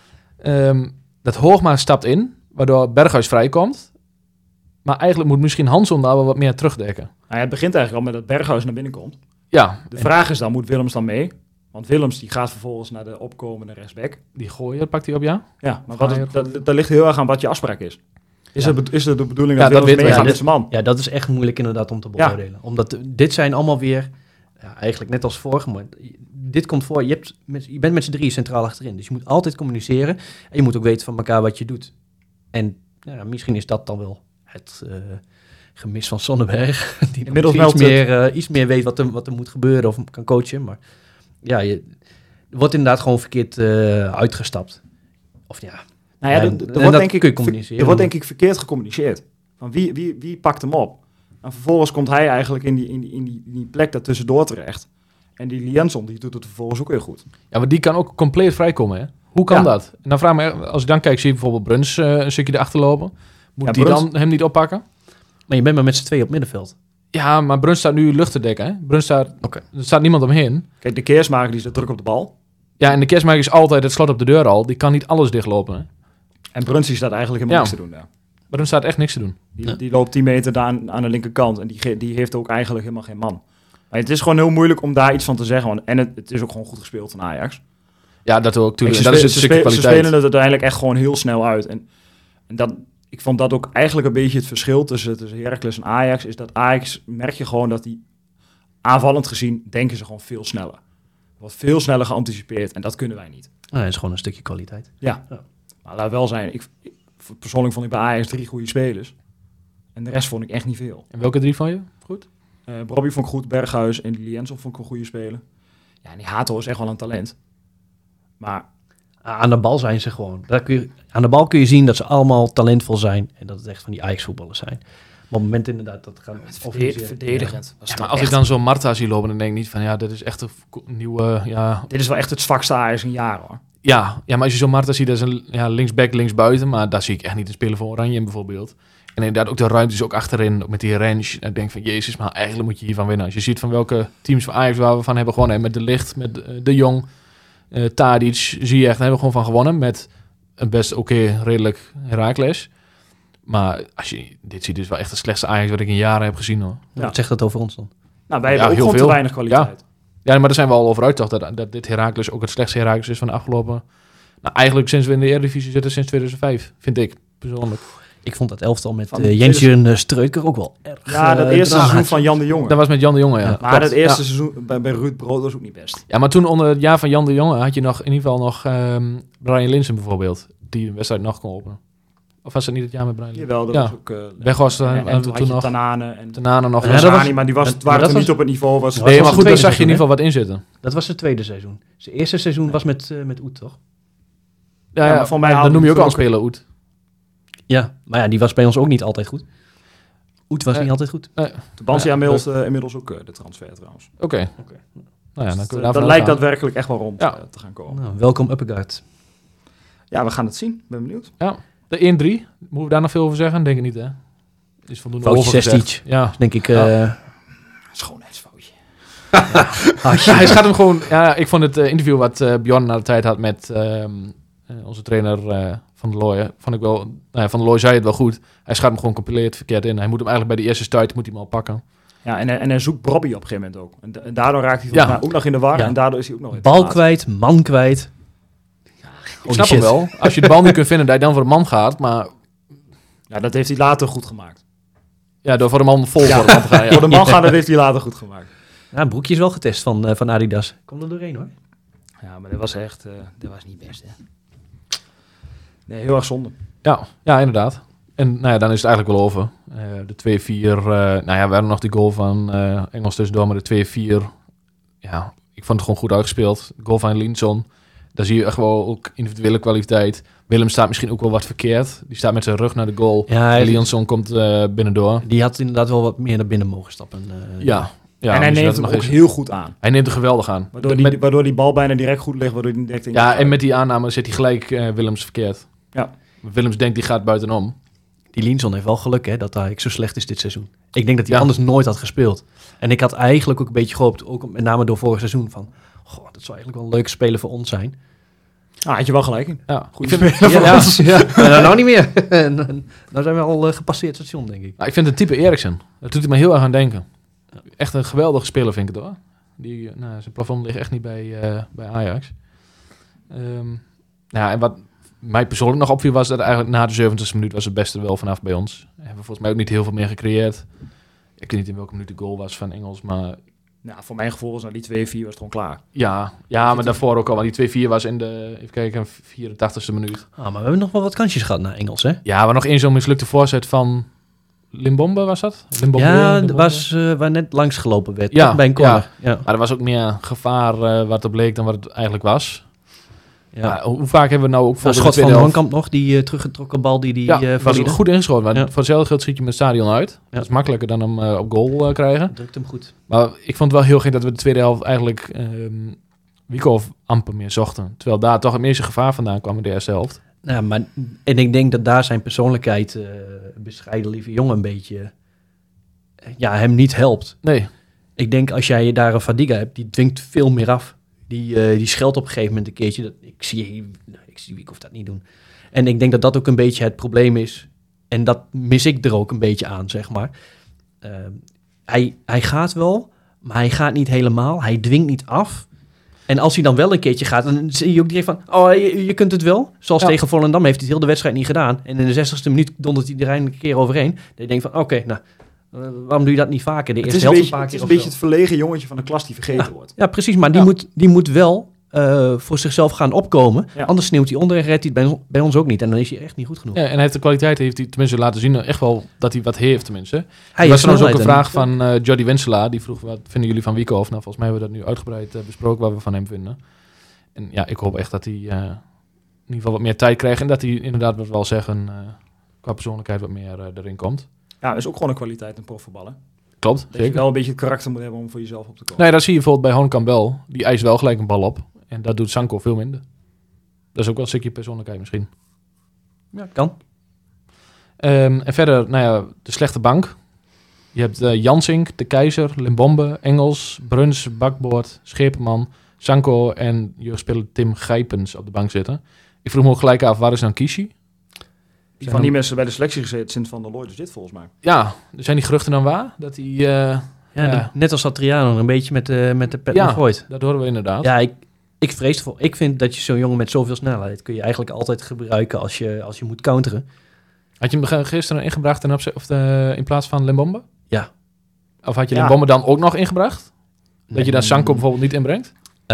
um, dat Hoogma stapt in, waardoor Berghuis vrijkomt. Maar eigenlijk moet misschien Hanson daar wel wat meer terugdekken. Nou ja, het begint eigenlijk al met dat Berghuis naar binnen komt. Ja, De en vraag is dan, moet Willems dan mee? Want Willems die gaat vervolgens naar de opkomende rechtsback. die gooien, pakt hij op, ja? Ja, maar wat is, Fire. dat, dat ligt heel erg aan wat je afspraak is. Is, Ja. het, is het de bedoeling Ja, dat dat Willems weten we. meegaat Ja, met zijn man? Ja, dat is echt moeilijk inderdaad om te Ja. beoordelen. Omdat uh, dit zijn allemaal weer, ja, eigenlijk net als vorige, maar dit komt voor. Je, hebt met, je bent met z'n drieën centraal achterin. Dus je moet altijd communiceren. En je moet ook weten van elkaar wat je doet. En ja, misschien is dat dan wel het uh, gemis van Sonnenberg. Die Inmiddels iets meldt het- meer, uh, iets meer weet wat er, wat er moet gebeuren of kan coachen. Maar ja, je er wordt inderdaad gewoon verkeerd uh, uitgestapt. Of ja... Nou ja, Ja, er- en er dat wordt denk kun ik, je communiceren. er wordt denk ik verkeerd gecommuniceerd. Van wie, wie, wie pakt hem op? En vervolgens komt hij eigenlijk in die, in die, in die, in die plek daartussendoor terecht. En die Lienson, die doet het vervolgens ook weer goed. Ja, maar die kan ook compleet vrijkomen, hè? Hoe kan Ja. dat? En dan vraag ik me, als ik dan kijk, zie je bijvoorbeeld Bruns uh, een stukje erachter lopen. Moet Ja, die Bruns- dan hem niet oppakken? Maar je bent maar met z'n tweeën op middenveld. Ja, maar Bruns staat nu lucht te dekken, hè? Bruns staat, Oké. er staat niemand omheen. Kijk, de Keersmaker die zet druk op de bal. Ja, en de kerstmaker is altijd het slot op de deur al. Die kan niet alles dichtlopen, hè? En Bruns staat eigenlijk helemaal Ja. niks te doen daar. Bruns staat echt niks te doen. Die, Ja. die loopt tien meter daar aan, aan de linkerkant. En die, ge- die heeft ook eigenlijk helemaal geen man. Maar het is gewoon heel moeilijk om daar iets van te zeggen. Want, en het, het is ook gewoon goed gespeeld van Ajax. Ja, dat ook, tuurlijk. Kijk, Dat is het ze, stukje spe- ze kwaliteit. spelen het uiteindelijk echt gewoon heel snel uit. En, en dat, ik vond dat ook eigenlijk een beetje het verschil tussen, tussen Heracles en Ajax. Is dat Ajax, merk je gewoon dat die aanvallend gezien, denken ze gewoon veel sneller. Er wordt veel sneller geanticipeerd en dat kunnen wij niet. Nou, dat is gewoon een stukje kwaliteit. Ja, Ja. maar laat wel zijn. Ik, ik- persoonlijk vond ik bij Ajax drie goede spelers. En de rest vond ik echt niet veel. En welke drie van je? Goed? Uh, Brobby vond ik goed, Berghuis en Lienson vond ik een goede speler. Ja, en die Hato is echt wel een talent. Maar Aan de bal zijn ze gewoon. Daar kun je, aan de bal kun je zien dat ze allemaal talentvol zijn. En dat het echt van die Ajax-voetballers zijn. Maar op het moment inderdaad dat gaan verde- verdedigend. was Ja, het maar ook als echt- ik dan zo'n Marta zie lopen, dan denk ik niet van... Ja, dit is echt een v- nieuwe... Ja, Dit is wel echt het zwakste Ajax in jaren, hoor. ja, ja, maar als je zo'n Marta ziet, dat is een ja, linksback, linksbuiten. Maar daar zie ik echt niet een speler van Oranje in bijvoorbeeld. En inderdaad ook de ruimtes ook achterin, ook met die range. En ik denk van, jezus, maar eigenlijk moet je hiervan winnen. Als je ziet van welke teams van Ajax waar we van hebben gewonnen. Met De Ligt, met uh, De Jong, uh, Tadic, zie je echt, hebben we gewoon van gewonnen. Met een best oké, okay, redelijk Heracles. Maar als je dit ziet, is wel echt de slechtste Ajax wat ik in jaren heb gezien, hoor. Ja. Wat zegt dat over ons dan? Nou, wij Ja, hebben ook heel gewoon veel. te weinig kwaliteit. Ja, maar daar zijn we al over uit, toch? Dat, dat dit Heracles ook het slechtste Heracles is van de afgelopen... Nou, eigenlijk sinds we in de Eredivisie zitten, sinds tweeduizend vijf, vind ik persoonlijk. Ik vond dat elftal met Van uh, Jensje uh, Streuker ook wel erg. Ja, dat uh, eerste draag. seizoen van Jan de Jonge. Dat was met Jan de Jonge, ja. Ja. maar Klopt. dat eerste Ja. seizoen bij, bij Ruud Brood was ook niet best. Ja, maar toen onder het jaar van Jan de Jonge had je nog in ieder geval nog um, Brian Linsen bijvoorbeeld, die de wedstrijd nog kon openen. Of was het niet het jaar met Brian Linsen? Jawel, dat Ja. was ook... Uh, Weghorst, uh, en, en hadden we toen toen had je nog. Tanane en... Tanane nog. Ja, Ja, dat was- Zani, maar die was, dat- het waren maar toen dat niet op het niveau. Was, dat nee, was maar het goed, daar tweede zag je in ieder seizoen, geval wat in zitten. Dat was het tweede seizoen. Zijn eerste seizoen was met, uh, met Oet, toch? Ja, Ja, ja, maar voor mij dan haalde noem je ook die al toen ook- spelen, Oet. Ja, maar ja, die was bij ons ook niet altijd goed. Oet was Nee. niet altijd goed. Tubantia Ja, inmiddels, uh, inmiddels ook uh, de transfer trouwens. Oké. Oké. Nou ja, dan Dus, kunnen we uh, daarvan dat lijkt uitgaan. daadwerkelijk echt wel rond Ja. uh, te gaan komen. Nou, welkom Uppegaard. Ja, we gaan het zien. Ben benieuwd. De één drie, moeten we daar nog veel over zeggen? Denk ik niet, hè? Is voldoende Foutje over gezegd. Sestic. Ja. Denk ik... Ja. Uh, Schoonheidsfoutje. ah, Ja, hij schat hem gewoon... Ja, ik vond het uh, interview wat uh, Bjorn na de tijd had met um, uh, onze trainer uh, Van der Looy. Vond ik wel... Nou ja, Van der Looy zei het wel goed. Hij schat hem gewoon compleet verkeerd in. Hij moet hem eigenlijk bij de eerste stuit moet hij hem al pakken. Ja, en, hij- en hij zoekt Bobby op een gegeven moment ook. En, da- en daardoor raakt hij volgens Ja. mij ook nog in de war. Ja. En daardoor is hij ook nog in bal kwijt, man kwijt. Ik snap hem wel. Als je de bal niet kunt vinden, dat je dan voor de man gaat. Maar Ja, dat heeft hij later goed gemaakt. ja, door voor de man vol Ja. voor de man te gaan. Ja. Voor de man gaan, dat heeft hij later goed gemaakt. Ja, een broekje is wel getest van, uh, van Adidas. Kom er doorheen, hoor. Ja, maar dat was echt... Uh, dat was niet best, hè. Nee, heel erg zonde. Ja, ja, inderdaad. En nou ja, dan is het eigenlijk wel over. Uh, de twee vier, uh, nou ja, we hadden nog die goal van uh, Engels tussendoor, maar de twee vier, ja, ik vond het gewoon goed uitgespeeld. De goal van Linson, daar zie je echt wel ook individuele kwaliteit. Willem staat misschien ook wel wat verkeerd. Die staat met zijn rug naar de goal. Ja, En hij, Linson komt uh, binnendoor. die had inderdaad wel wat meer naar binnen mogen stappen. Uh, Ja. Ja, en hij dus neemt dat hem nog ook eens- heel goed aan. Hij neemt er geweldig aan. Waardoor, De- die, met- waardoor die bal bijna direct goed ligt. Waardoor hij direct in ja, en met die aanname zit hij gelijk uh, Willems verkeerd. Ja. Willems denkt, die gaat buitenom. Die Linson heeft wel geluk, hè, dat hij zo slecht is dit seizoen. Ik denk dat hij Ja. anders nooit had gespeeld. En ik had eigenlijk ook een beetje gehoopt, ook met name door vorig seizoen, van... Goh, dat zou eigenlijk wel een leuke speler voor ons zijn. Ah, had je wel gelijk in. Ja, Goed ik vind, speler voor ja, ons. ja. nou, nou niet meer. Nou zijn we al uh, gepasseerd station, denk ik. Nou, ik vind het type Eriksen. Dat doet hij me heel erg aan denken. Echt een geweldige speler vind ik het hoor. Die, uh, nou, zijn plafond ligt echt niet bij, uh, bij Ajax. Um, nou, en wat mij persoonlijk nog opviel was dat eigenlijk na de zeventigste minuut was het beste wel vanaf bij ons. We hebben volgens mij ook niet heel veel meer gecreëerd. Ik weet niet in welke minuut de goal was van Engels, maar Nou, voor mijn gevoel was na die twee vier was het gewoon klaar. ja, ja maar daarvoor ook al. Want die twee vier was in de, even kijken, vierentachtigste minuut. Ah, maar we hebben nog wel wat kansjes gehad naar Engels, hè? Ja, maar nog één zo'n mislukte voorzet van Limbombe was dat? Limbombe, Ja, dat Limbombe? was uh, waar net langs gelopen werd. Ja, toch? Bij een corner. Ja. Maar er was ook meer gevaar uh, wat er bleek dan wat het eigenlijk was. Ja. Ja, hoe vaak hebben we nou ook voor Dat de schot van tweede helft- Hoornkamp nog, die uh, teruggetrokken bal die die Ja, uh, was verliet. goed ingeschoten. Maar Ja. voor hetzelfde geld schiet je met het stadion uit. Ja. Dat is makkelijker dan hem uh, op goal uh, krijgen. Drukt hem goed. Maar ik vond het wel heel gek dat we de tweede helft eigenlijk um, Wiekhoff amper meer zochten. Terwijl daar toch het meeste gevaar vandaan kwam in de eerste helft. Ja, maar en ik denk dat daar zijn persoonlijkheid, uh, bescheiden lieve jongen, een beetje uh, ja, hem niet helpt. Nee. Ik denk als jij daar een Fadiga hebt, die dwingt veel meer af. Die, uh, die scheldt op een gegeven moment een keertje. Dat, ik zie, ik zie Wiekhoff dat niet doen. En ik denk dat dat ook een beetje het probleem is. En dat mis ik er ook een beetje aan, zeg maar. Uh, hij, hij gaat wel, maar hij gaat niet helemaal. Hij dwingt niet af. En als hij dan wel een keertje gaat, dan zie je ook direct van... Oh, je, je kunt het wel. Zoals Ja. tegen Volendam heeft hij het heel de wedstrijd niet gedaan. En in de zestigste minuut dondert hij er eindelijk een keer overheen. Dan je denkt van, oké, okay, nou, uh, waarom doe je dat niet vaker? De Het eerste is een helft beetje, een paar het, is keer een of beetje zo. het verlegen jongetje van de klas die vergeten wordt. Ja, precies. Maar die, Ja. moet, die moet wel uh, voor zichzelf gaan opkomen. Ja. Anders sneeuwt hij onder en redt hij het bij, bij ons ook niet. En dan is hij echt niet goed genoeg. Ja, en hij heeft de kwaliteit, heeft hij tenminste laten zien, echt wel dat hij wat heeft tenminste. Hij Er was heeft trouwens ook een snelheid vraag en- van uh, Jordi Wenselaar. Die vroeg, wat vinden jullie van Wiekhoff? Nou, volgens mij hebben we dat nu uitgebreid uh, besproken, wat we van hem vinden. En ja, ik hoop echt dat hij uh, in ieder geval wat meer tijd krijgt. En dat hij inderdaad, wat we wel zeggen, uh, qua persoonlijkheid wat meer uh, erin komt. Ja, dat is ook gewoon een kwaliteit in profvoetballen. Klopt, Dat je zeker. wel een beetje het karakter moet hebben om voor jezelf op te komen. Nee, dat zie je bijvoorbeeld bij Hoornkamp wel. Die eist wel gelijk een bal op. En dat doet Sanko veel minder. Dat is ook wel een stukje persoonlijkheid misschien. Ja, kan. Um, en verder, nou ja, de slechte bank. Je hebt uh, Jansink, De Keizer, Limbombe, Engels, Bruns, Bakboord, Schepenman, Sanko en jeugdspeler Tim Gijpens op de bank zitten. Ik vroeg me ook gelijk af, waar is dan Kishi? Die van die mensen bij de selectie gezeten, Sint van der Looy, dus dit volgens mij. Ja, zijn die geruchten dan waar? Dat hij... Uh, ja, ja. De, net als Satriano, een beetje met de, met de pet ja, naar gooit. dat horen we inderdaad. Ja, ik, ik vrees ervoor. Ik vind dat je zo'n jongen met zoveel snelheid kun je eigenlijk altijd gebruiken als je, als je moet counteren. Had je hem gisteren ingebracht ten opzij, of de, in plaats van Limbombe? Ja. Of had je ja. Limbombe dan ook nog ingebracht? Dat Nee. je daar Sanko bijvoorbeeld niet inbrengt?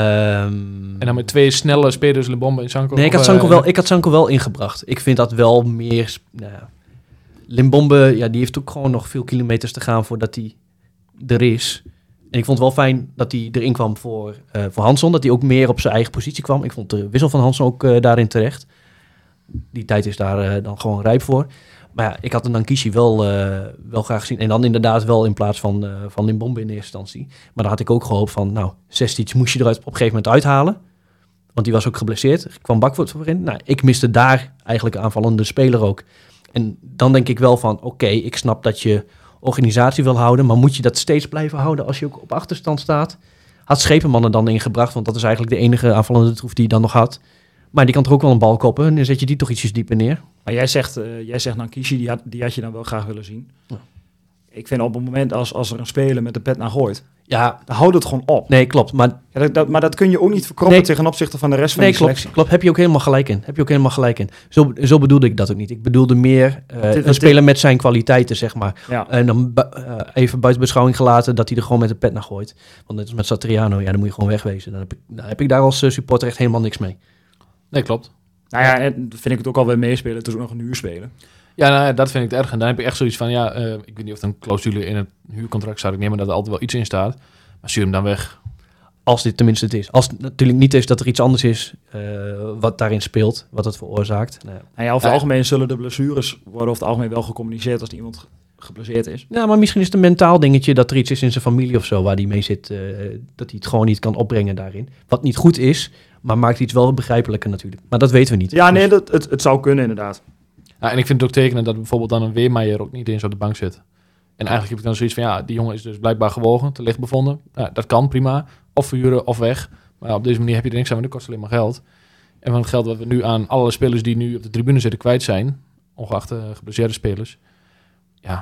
Um, En dan met twee snelle spelers, Limbombe en Sanko? nee, ik had of, Sanko, uh, wel, ik had Sanko wel ingebracht. Ik vind dat wel meer... sp- Nou ja. Limbombe, ja, die heeft ook gewoon nog veel kilometers te gaan voordat hij er is. En ik vond het wel fijn dat hij erin kwam voor, uh, voor Hansson. Dat hij ook meer op zijn eigen positie kwam. Ik vond de wissel van Hansson ook uh, daarin terecht. Die tijd is daar uh, dan gewoon rijp voor. Maar ja, ik had een Nankishi wel, uh, wel graag gezien. En dan inderdaad wel in plaats van, uh, van Limbombe in eerste instantie. Maar dan had ik ook gehoopt van, nou, Sestic moest je eruit op een gegeven moment uithalen. Want die was ook geblesseerd. Er kwam Bakvoort voor in. Nou, ik miste daar eigenlijk aanvallende speler ook. En dan denk ik wel van, oké, okay, ik snap dat je organisatie wil houden, maar moet je dat steeds blijven houden als je ook op achterstand staat? Had Schepenman er dan ingebracht, want dat is eigenlijk de enige aanvallende troef die je dan nog had. Maar die kan toch ook wel een bal koppen en dan zet je die toch ietsjes dieper neer. Maar jij zegt, uh, jij zegt Nankishi, die had, die had je dan wel graag willen zien. Ja. Ik vind op het moment als, als er een speler met de pet naar gooit, Ja, dan houdt het gewoon op. nee, klopt. Maar Ja, dat, dat, maar dat kun je ook niet verkroppen Nee. tegen opzichte van de rest van nee, de klopt, selectie. klopt. Heb je ook helemaal gelijk in. Heb je ook helemaal gelijk in. Zo, zo bedoelde ik dat ook niet. Ik bedoelde meer uh, Dit- een dit- speler met zijn kwaliteiten, zeg maar. Ja. En dan bu- uh, even buiten beschouwing gelaten dat hij er gewoon met de pet naar gooit. Want net als met Satriano, ja, dan moet je gewoon wegwezen. Dan heb ik, dan heb ik daar als uh, supporter echt helemaal niks mee. Nee, klopt. Nou ja, en dan vind ik het ook alweer meespelen. Het is ook nog een huurspeler. Ja, nou, ja, dat vind ik het erg. En dan heb ik echt zoiets van, ja, uh, ik weet niet of er een clausule in het huurcontract staat. Ik neem maar dat er altijd wel iets in staat. Maar stuur hem dan weg. Als dit tenminste het is. Als het natuurlijk niet is dat er iets anders is uh, wat daarin speelt, wat het veroorzaakt. Nou, Nou ja, over het Ja. algemeen zullen de blessures worden over het algemeen wel gecommuniceerd als iemand ge- geblesseerd is. ja, maar misschien is het een mentaal dingetje dat er iets is in zijn familie of zo waar hij mee zit, uh, dat hij het gewoon niet kan opbrengen daarin. Wat niet goed is, maar maakt iets wel begrijpelijker natuurlijk. Maar dat weten we niet. Ja, nee, Dus- dat, het, het zou kunnen inderdaad. Ja, en ik vind het ook tekenen dat bijvoorbeeld dan een Weermeijer ook niet eens op de bank zit. En eigenlijk heb ik dan zoiets van, ja, die jongen is dus blijkbaar gewogen, te licht bevonden. Ja, dat kan, prima. Of verhuren of weg. Maar op deze manier heb je er niks aan, want dat kost alleen maar geld. En van het geld wat we nu aan alle spelers die nu op de tribune zitten kwijt zijn, ongeacht uh, geblesseerde spelers, ja,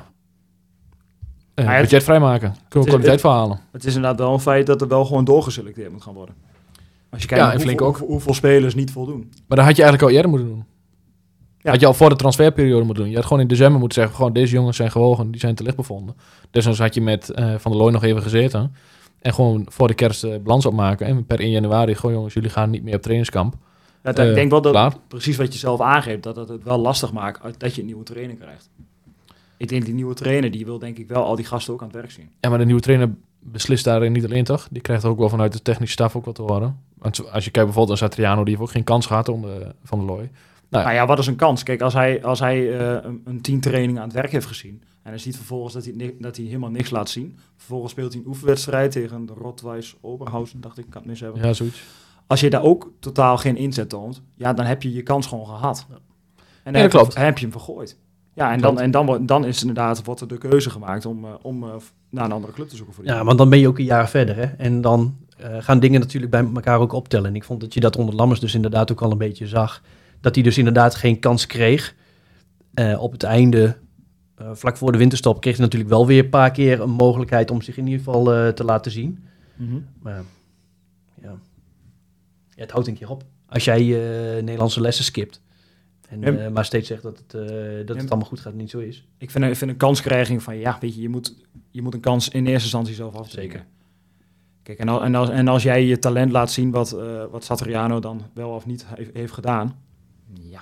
uh, Maar het- budget vrijmaken. Kunnen we is- kwaliteit het- verhalen. Het is inderdaad wel een feit dat er wel gewoon doorgeselecteerd moet gaan worden. Als je kijkt Ja, naar en flink hoeveel, ook. hoeveel, hoeveel spelers niet voldoen. Maar dat had je eigenlijk al eerder moeten doen. Ja. Had je al voor de transferperiode moeten doen. Je had gewoon in december moeten zeggen, gewoon deze jongens zijn gewogen, die zijn te licht bevonden. Desnoods had je met uh, Van der Looy nog even gezeten. En gewoon voor de kerst uh, balans opmaken. En per één januari, gewoon jongens, jullie gaan niet meer op trainingskamp. Ja, Eh, ik denk wel dat, klaar. precies wat je zelf aangeeft, dat het het wel lastig maakt uit- dat je een nieuwe trainer krijgt. Ik denk die nieuwe trainer, die wil denk ik wel al die gasten ook aan het werk zien. Ja, maar de nieuwe trainer beslist daarin niet alleen, toch? Die krijgt ook wel vanuit de technische staf ook wat te horen. Want als je kijkt bijvoorbeeld naar Satriano, die heeft ook geen kans gehad onder uh, Van der Looy. Nou, Nou ja, wat is een kans? Kijk, als hij, als hij uh, een, een teamtraining aan het werk heeft gezien en hij ziet vervolgens dat hij, ni- dat hij helemaal niks laat zien. Vervolgens speelt hij een oefenwedstrijd tegen de Rotweiss Oberhausen, dacht ik, kan het mis hebben. ja, zoiets. Als je daar ook totaal geen inzet toont, ja, dan heb je je kans gewoon gehad. En dan dat heb, klopt. Je, heb je hem vergooid. Ja, en, dan, Klopt. en dan, wordt- dan is inderdaad wordt er de keuze gemaakt om, uh, om uh, naar een andere club te zoeken voor die. Ja, want dan ben je ook een jaar verder. Hè? En dan uh, gaan dingen natuurlijk bij elkaar ook optellen. En ik vond dat je dat onder Lammers dus inderdaad ook al een beetje zag. Dat hij dus inderdaad geen kans kreeg. Uh, op het einde, uh, vlak voor de winterstop, kreeg hij natuurlijk wel weer een paar keer een mogelijkheid om zich in ieder geval uh, te laten zien. Mhm. Maar ja. ja, het houdt een keer op. Als jij uh, Nederlandse lessen skipt. En, Ja. uh, maar steeds zegt dat het, uh, dat Ja. het allemaal goed gaat en niet zo is. Ik vind, ik vind een kanskrijging van, ja, weet je, je moet, je moet een kans in eerste instantie zelf afsteken. Zeker. Kijk, en, al, en, als, en als jij je talent laat zien wat, uh, wat Satriano dan wel of niet heeft, heeft gedaan, ja.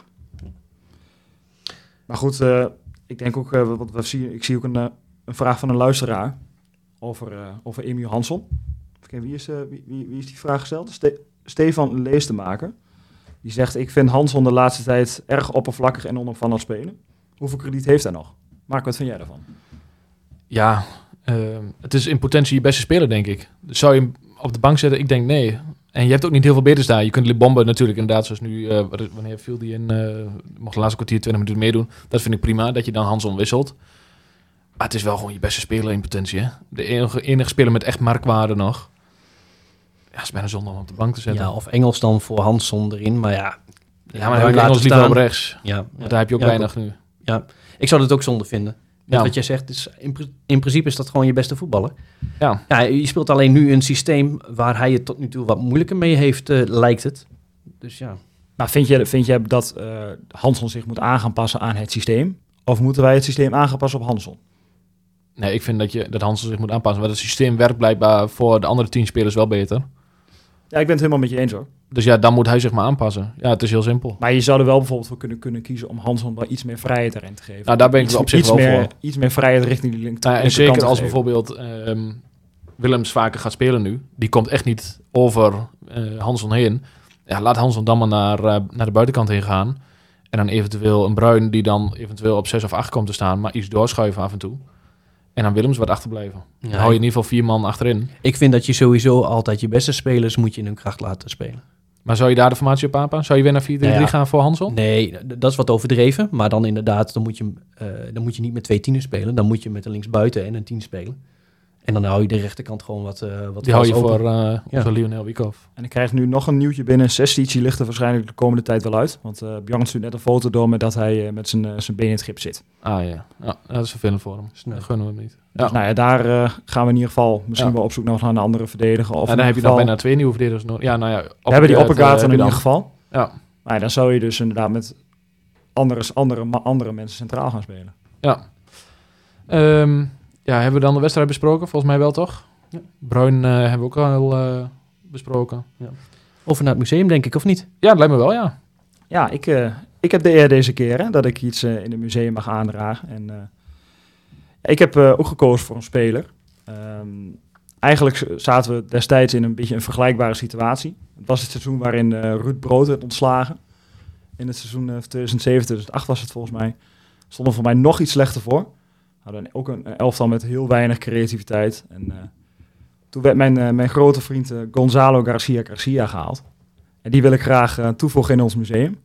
Maar goed, uh, ik denk ook, uh, wat we zien, ik zie ook een, uh, een vraag van een luisteraar over, uh, over Emiel Hansson. Even wie, is, uh, wie, wie, wie is die vraag gesteld? Ste- Stefan Leestemaker. Die zegt, ik vind Hansson de laatste tijd erg oppervlakkig en onopvallend spelen. Hoeveel krediet heeft hij nog? Mark, wat vind jij daarvan? Ja, uh, het is in potentie je beste speler, denk ik. Dus zou je hem op de bank zetten? Ik denk nee. En je hebt ook niet heel veel beters daar. Je kunt Libombe natuurlijk inderdaad, zoals nu, uh, wanneer viel die in, uh, mocht de laatste kwartier twintig minuten meedoen. Dat vind ik prima, dat je dan Hanson wisselt. Maar het is wel gewoon je beste speler in potentie, hè? De enige, enige speler met echt marktwaarde nog. Ja, is bijna zonde om op de bank te zetten. Ja, of Engels dan voor Hanson erin, maar ja. Ja, maar dan heb je Engels liever op rechts. Ja, ja. Want daar heb je ook ja, weinig ik, nu. Ja, ik zou dat ook zonde vinden. Ja. Wat jij zegt, is in, in principe is dat gewoon je beste voetballer. Ja. Ja, je speelt alleen nu een systeem waar hij het tot nu toe wat moeilijker mee heeft, uh, lijkt het. Dus ja. Maar vind je, vind je dat uh, Hanson zich moet aan gaan passen aan het systeem? Of moeten wij het systeem aan gaan passen op Hanson? Nee, ik vind dat, je, dat Hanson zich moet aanpassen. Want het systeem werkt blijkbaar voor de andere tien spelers wel beter. Ja, ik ben het helemaal met je eens hoor. Dus ja, dan moet hij zich maar aanpassen. Ja, het is heel simpel. Maar je zou er wel bijvoorbeeld voor kunnen, kunnen kiezen om Hanson wel iets meer vrijheid erin te geven. Nou, daar ben ik iets, op zich iets wel meer, voor. Iets meer vrijheid richting die link. Nou, en zeker als bijvoorbeeld um, Willems vaker gaat spelen nu. Die komt echt niet over uh, Hanson heen. Ja, laat Hanson dan maar naar, uh, naar de buitenkant heen gaan. En dan eventueel een Bruin die dan eventueel op zes of acht komt te staan. Maar iets doorschuiven af en toe. En dan Willems wat achterblijven. Ja, dan hou je in ieder geval vier man achterin. Ik vind dat je sowieso altijd je beste spelers moet je in hun kracht laten spelen. Maar zou je daar de formatie op aanpassen? Zou je weer naar vier drie drie nou ja, gaan voor Hanson? Nee, dat is wat overdreven. Maar dan inderdaad, dan moet je, uh, dan moet je niet met twee tienen spelen. Dan moet je met een linksbuiten en een tien spelen. En dan hou je de rechterkant gewoon wat, uh, wat Die hou je open. voor uh, ja. onze Lionel Wiekhoff. En ik krijg nu nog een nieuwtje binnen. Sestici ligt er waarschijnlijk de komende tijd wel uit. Want uh, Bjorn stuurt net een foto door met dat hij uh, met zijn, uh, zijn been in het gips zit. Ah ja. ja, dat is vervelend voor hem. Snel. Dat gunnen we hem niet. Ja. Dus nou ja, daar uh, gaan we in ieder geval misschien Ja. wel op zoek naar een andere verdediger. Of En dan heb je geval, dan bijna twee nieuwe verdedigers nodig. Ja, nou ja. we hebben die Oppegaard uh, in ieder dan. geval. Ja. Maar ja, dan zou je dus inderdaad met andere, andere, andere mensen centraal gaan spelen. Ja. Um, ja, hebben we dan de wedstrijd besproken? Volgens mij wel, toch? Ja. Bruin uh, hebben we ook al uh, besproken. Ja. Over naar het museum, denk ik, of niet? Ja, dat lijkt me wel, ja. Ja, ik, uh, ik heb de eer deze keer hè, dat ik iets uh, in het museum mag aandragen. En, uh, ik heb uh, ook gekozen voor een speler. Um, eigenlijk zaten we destijds in een beetje een vergelijkbare situatie. Het was het seizoen waarin uh, Ruud Brood werd ontslagen. In het seizoen uh, tweeduizend zeven, tweeduizend acht was het volgens mij. Stonden voor mij nog iets slechter voor. Hadden ook een, een elftal met heel weinig creativiteit. En uh, toen werd mijn, uh, mijn grote vriend uh, Gonzalo Garcia Garcia gehaald. En die wil ik graag uh, toevoegen in ons museum.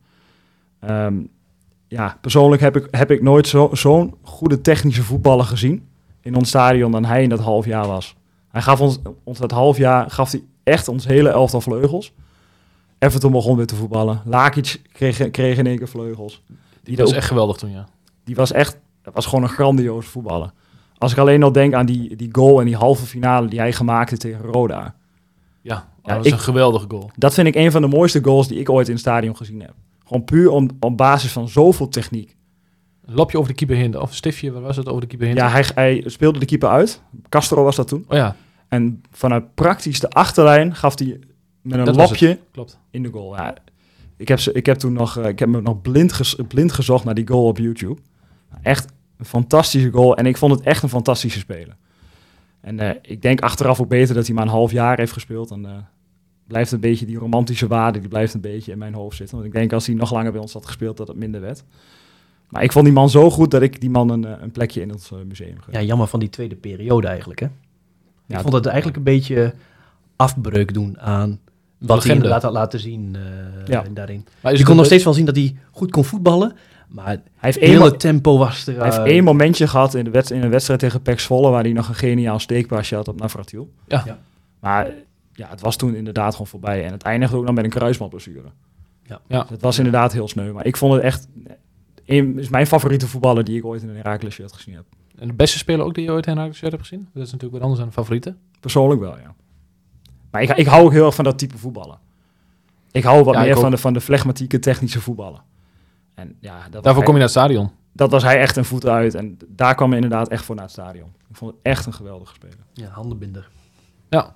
Um, ja, persoonlijk heb ik, heb ik nooit zo, zo'n goede technische voetballer gezien in ons stadion dan hij in dat half jaar was. Hij gaf ons, ons dat half jaar gaf hij echt ons hele elftal vleugels. Everton begon weer te voetballen. Lakic kreeg, kreeg in één keer vleugels. Die, Die was ook, echt geweldig toen, ja. Die was echt, dat was gewoon een grandioos voetballer. Als ik alleen al denk aan die, die goal en die halve finale die hij gemaakt heeft tegen Roda. Ja, dat Ja, was ik- een geweldige goal. Dat vind ik een van de mooiste goals die ik ooit in het stadion gezien heb. Gewoon puur om, op basis van zoveel techniek. Een lopje over de keeper heen, of een stiftje, wat was het, over de keeper heen? Ja, hij, hij speelde de keeper uit. Castro was dat toen. Oh ja, En vanuit praktisch de achterlijn gaf hij met een Dat was lopje klopt. in de goal. Ja, ik, heb ze, ik heb toen nog, eh, ik heb me nog blind, ges, blind gezocht naar die goal op YouTube. Echt een fantastische goal. En ik vond het echt een fantastische speler. En uh, ik denk achteraf ook beter dat hij maar een half jaar heeft gespeeld. Dan uh, blijft een beetje die romantische waarde, die blijft een beetje in mijn hoofd zitten. Want ik denk als hij nog langer bij ons had gespeeld, dat het minder werd. Maar ik vond die man zo goed dat ik die man een, uh, een plekje in het uh, museum gaf. Ja, jammer van die tweede periode eigenlijk, hè? Ja, ik vond het eigenlijk een beetje afbreuk doen aan wat hij legende. inderdaad had laten zien uh, Ja. daarin. Maar Je is kon nog het- steeds wel zien dat hij goed kon voetballen, maar Hij heeft het één, hele mo- tempo was er. hij heeft uh, één momentje gehad in, de wed- in een wedstrijd tegen P E C Zwolle, waar hij nog een geniaal steekpasje had op Navratil. Ja. Ja. Maar ja, het was toen inderdaad gewoon voorbij. En het eindigde ook nog met een kruisbandblessure. Ja. Ja. Dus het was inderdaad heel sneu. Maar ik vond het echt... Een, is mijn favoriete voetballer die ik ooit in een Heracles shirt gezien heb. En de beste speler ook die je ooit in Heracles shirt hebt gezien? Dat is natuurlijk wat anders dan een favoriete. Persoonlijk wel, ja. Maar ik, ik hou ook heel erg van dat type voetballen. Ik hou wat Ja, ik meer ook. van de, van de flegmatieke technische voetballen. En ja, dat was, Daarvoor kom je hij, naar het stadion. dat was hij echt een voet uit. En daar kwam hij inderdaad echt voor naar het stadion. Ik vond het echt een geweldige speler. ja, handenbinder. Ja.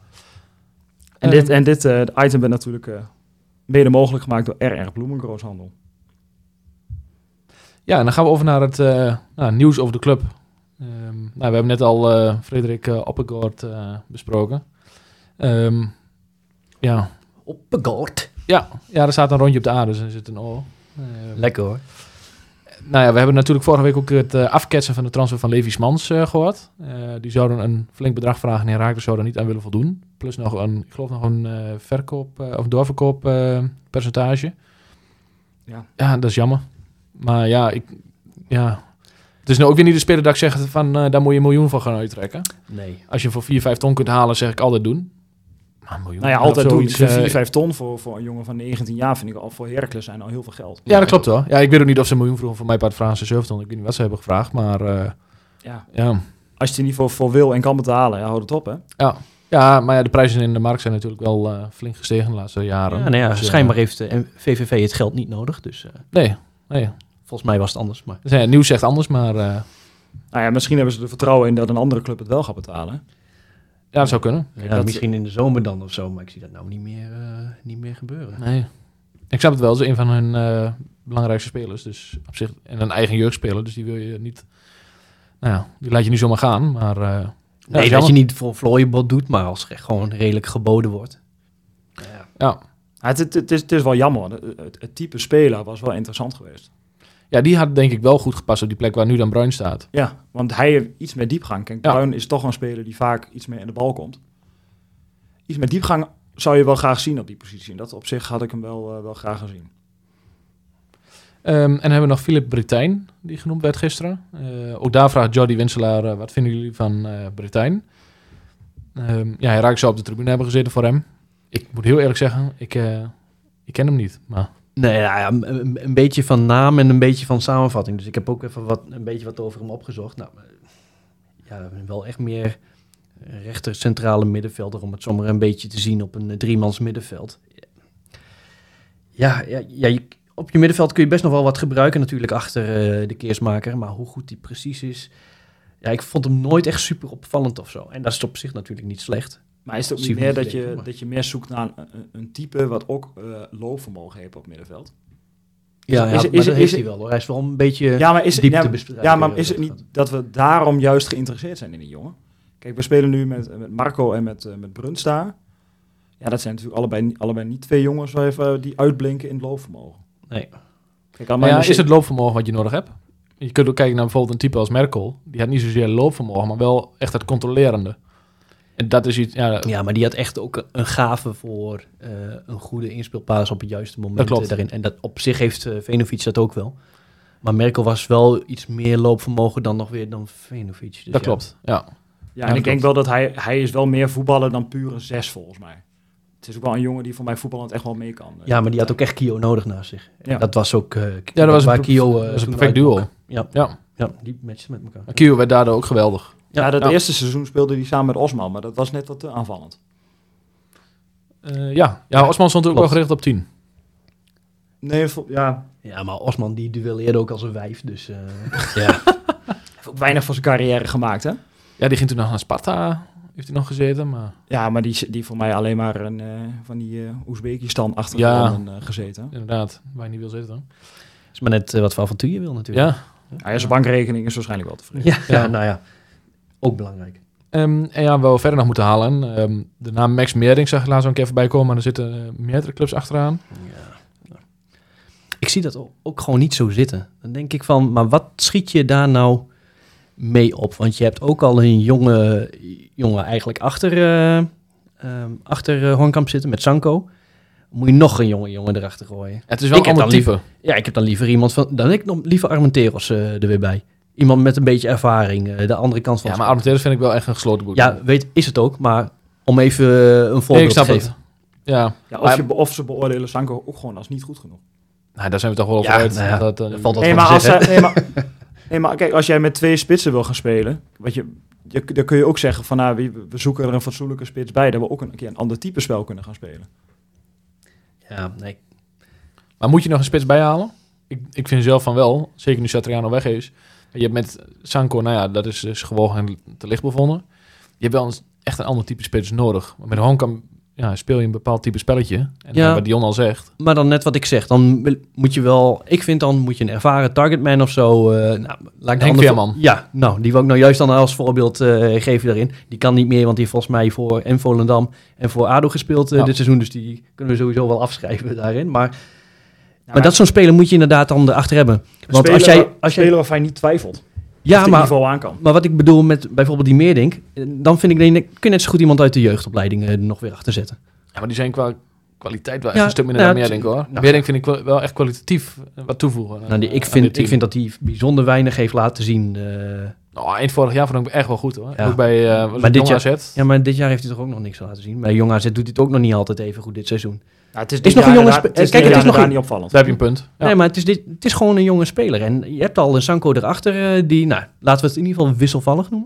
En Ehm, dit, en dit uh, item werd natuurlijk uh, mede mogelijk gemaakt door R R Bloemengroothandel. Ja, en dan gaan we over naar het uh, nou, nieuws over de club. Um, nou, we hebben net al uh, Frederik uh, Oppegaard uh, besproken. Um, ja. Oppegaard. Ja, ja, er staat een rondje op de A, dus er zit een O. Uh, Lekker hoor. nou ja, we hebben natuurlijk vorige week ook het uh, afketsen van de transfer van Levi Smans uh, gehoord. Uh, die zouden een flink bedrag vragen en Heracles zou daar niet aan willen voldoen. Plus nog een, ik geloof nog een uh, verkoop uh, of doorverkoop uh, percentage. Ja. ja, dat is jammer. Maar ja, ik, ja, het is nou ook weer niet de speler dat ik zeg van uh, daar moet je een miljoen van gaan uittrekken. Nee. Als je voor vier, vijf ton kunt halen, zeg ik altijd doen. Maar een miljoen, Nou ja, altijd doen. zoiets, Voor uh, vier, vijf ton voor, voor een jongen van negentien jaar vind ik al voor Heracles zijn al heel veel geld. Ja, dat klopt wel. Ja, ik weet ook niet of ze een miljoen vroegen. Voor mij part vragen ze zeven ton. Ik weet niet wat ze hebben gevraagd, maar uh, Ja. ja. Als je het er niet voor, voor wil en kan betalen, ja, houd het op, hè. Ja. ja, maar ja, de prijzen in de markt zijn natuurlijk wel uh, flink gestegen de laatste jaren. Ja, nou ja, Dus, uh, schijnbaar heeft uh, V V V het geld niet nodig. Dus uh, Nee, nee. volgens mij was het anders. Maar Dus, ja, nieuws zegt anders, maar uh, Nou ja, misschien hebben ze er vertrouwen in dat een andere club het wel gaat betalen. ja, dat zou kunnen. ja, dat- misschien in de zomer dan of zo. Maar ik zie dat nou niet meer, uh, niet meer gebeuren. Nee. Ik snap het wel, ze is een van hun uh, belangrijkste spelers. Dus op zich, en een eigen jeugdspeler, dus die wil je niet... Nou ja, die laat je niet zomaar gaan, maar... Uh, Nee, ja, dat jammer. je niet voor vlooienbod doet, maar als het gewoon redelijk geboden wordt. Ja. Ja. Ja, het, het, het, is, het is wel jammer. Het, het, het type speler was wel interessant geweest. ja, die had denk ik wel goed gepast op die plek waar nu dan Bruin staat. Ja, want hij heeft iets meer diepgang. Kijk, Ja. Bruin is toch een speler die vaak iets meer in de bal komt. Iets meer diepgang zou je wel graag zien op die positie. En dat op zich had ik hem wel, uh, wel graag gezien. Um, en dan hebben we nog Philip Britijn, die genoemd werd gisteren. Uh, ook daar vraagt Jordi Winselaar, uh, wat vinden jullie van uh, Britijn? Um, ja, hij raakt zo op de tribune hebben gezeten voor hem. Ik moet heel eerlijk zeggen, ik, uh, ik ken hem niet. Maar Nee, ja, ja, een, een beetje van naam en een beetje van samenvatting. Dus ik heb ook even wat, een beetje wat over hem opgezocht. Nou, ja, wel echt meer rechter centrale middenvelder, om het zomaar een beetje te zien op een uh, driemans middenveld. Ja, ja, ja je, op je middenveld kun je best nog wel wat gebruiken natuurlijk achter uh, de keersmaker. Maar hoe goed die precies is... Ja, ik vond hem nooit echt super opvallend of zo. En dat is op zich natuurlijk niet slecht. Maar is het ook Zie niet je meer niet dat je, denken, maar- dat je meer zoekt naar een, een, een type wat ook uh, loopvermogen heeft op middenveld? Ja, Is- ja is- maar is- dat is- heeft hij wel hoor. Hij is wel een beetje Ja, maar is, diepte ja, bestrijken. ja, maar is het niet dat we daarom juist geïnteresseerd zijn in die jongen? Kijk, we spelen nu met, met Marco en met, uh, met Brunsta. Ja, dat zijn natuurlijk allebei, allebei niet twee jongens waar even, die uitblinken in het loopvermogen. Nee. Kijk, aan maar ja, mijn- is het loopvermogen wat je nodig hebt? Je kunt ook kijken naar bijvoorbeeld een type als Merkel. Die had niet zozeer loopvermogen, maar wel echt het controlerende. En dat is iets... Ja, Ja, maar die had echt ook een gave voor uh, een goede inspeelpaas op het juiste moment Dat klopt. uh, daarin. En dat op zich heeft uh, Venovic dat ook wel. Maar Merkel was wel iets meer loopvermogen dan nog weer dan Venovic. Dus dat ja. klopt, ja. Ja, en dat ik denk klopt. wel dat hij, hij is wel meer voetballer dan puur een zes volgens mij. Het is ook wel een jongen die voor mij voetballend echt wel mee kan. Ja, maar die had ook echt Kio nodig naast zich. Ja. En dat was ook... Uh, Ja, dat was waar een, Kio, uh, dat was een toen perfect duo. uitblok. Ja, Ja. ja, die matchen met elkaar. Maar Kio werd daardoor ook geweldig. Ja, dat Ja. eerste seizoen speelde hij samen met Osman, maar dat was net wat te aanvallend. Uh, ja. ja, ja, Osman stond ook klopt. wel gericht op tien. Nee, vol- ja, Ja, maar Osman die duelleerde ook als een wijf, dus... Uh, ja. hij heeft ook weinig van zijn carrière gemaakt, hè? Ja, die ging toen nog naar Sparta. Heeft hij nog gezeten, maar Ja, maar die, die voor mij alleen maar een, uh, van die uh, Oezbekistan-achtige Ja. landen uh, gezeten. inderdaad, waar je niet wil zitten. is maar net uh, wat voor avontuur je wil natuurlijk. Ja. Ja, ja, zijn bankrekening is waarschijnlijk wel tevreden. Ja, ja, Ja. nou ja. Ook belangrijk. Um, en ja, waar we verder nog moeten halen. Um, de naam Max Meerding zag ik laatst ook een keer voorbij komen, maar er zitten uh, meerdere clubs achteraan. Ja. Nou. Ik zie dat ook, ook gewoon niet zo zitten. Dan denk ik van, maar wat schiet je daar nou mee op? Want je hebt ook al een jonge jongen eigenlijk achter, uh, um, achter uh, Hornkamp zitten met Sanko. Moet je nog een jonge jongen erachter gooien? Ja, het is wel Ik een heb ander dan type. Ja, ik heb dan liever iemand van... Dan heb ik nog liever Armenteros uh, er weer bij. Iemand met een beetje ervaring. Uh, de andere kant van Ja, het maar Armenteros vind ik wel echt een gesloten boek. Ja, weet, is het ook. Maar om even uh, een nee, voorbeeld ik snap te geven. het. Ja, Ja, of, Maar- je, be- of ze beoordelen Sanko ook gewoon als niet goed genoeg. nou, daar zijn we toch wel over Ja, uit. nou ja, dat, uh, dat valt wel Nee van maar, te als, zeggen. hij- nee, maar, nee, maar kijk, als jij met twee spitsen wil gaan spelen, wat je, je, dan kun je ook zeggen van, nou, we, we zoeken er een fatsoenlijke spits bij, dat we ook een, een keer een ander type spel kunnen gaan spelen. Ja, nee. Maar moet je nog een spits bijhalen? Ik, ik vind zelf van wel, zeker nu Satriano weg is. Je hebt met Sanko, nou ja, dat is dus gewogen en te licht bevonden. Je hebt wel een, echt een ander type spits nodig. Maar met Honkamp ja, speel je een bepaald type spelletje. En Ja. wat Dion al zegt. Maar dan net wat ik zeg. Dan wil- moet je wel... Ik vind dan moet je een ervaren targetman of zo... Uh, nou, laat ik de Henk andere- Veerman. Ja, nou, die wil ik nou juist dan als voorbeeld uh, geven daarin. Die kan niet meer, want die heeft volgens mij voor en Volendam en voor ADO gespeeld uh, Ja. dit seizoen. Dus die kunnen we sowieso wel afschrijven daarin. Maar maar dat zo'n speler moet je inderdaad dan erachter hebben. Want speler, als jij... Als jij speler waarvan je niet twijfelt. ja, of die maar, niveau aan kan. maar wat ik bedoel met bijvoorbeeld die Meerdink, eh, dan vind ik, dat je kun je net zo goed iemand uit de jeugdopleiding er nog weer achter zetten. Ja, maar die zijn qua kwaliteit wel echt Ja, een stuk minder nou, dan het- Meerdink, hoor. nou, Meerdink vind ik wel, wel echt kwalitatief wat toevoegen. Nou, die, ik, vind, ik vind dat hij bijzonder weinig heeft laten zien. eh. Oh, eind vorig jaar vond ik echt wel goed, hoor. Ja. Ook bij uh, Maar maar dit dit jaar- A Z. ja, maar dit jaar heeft hij toch ook nog niks laten zien. Bij Jong A Z doet hij het ook nog niet altijd even goed dit seizoen. Ja, het is, is nog een jonge spe- Het is, kijk, het is nog daar een- niet opvallend. Daar heb je een punt. Ja. Nee, maar het is, dit, het is gewoon een jonge speler. En je hebt al een Sanko erachter eh, die, nou, laten we het in ieder geval wisselvallig noemen.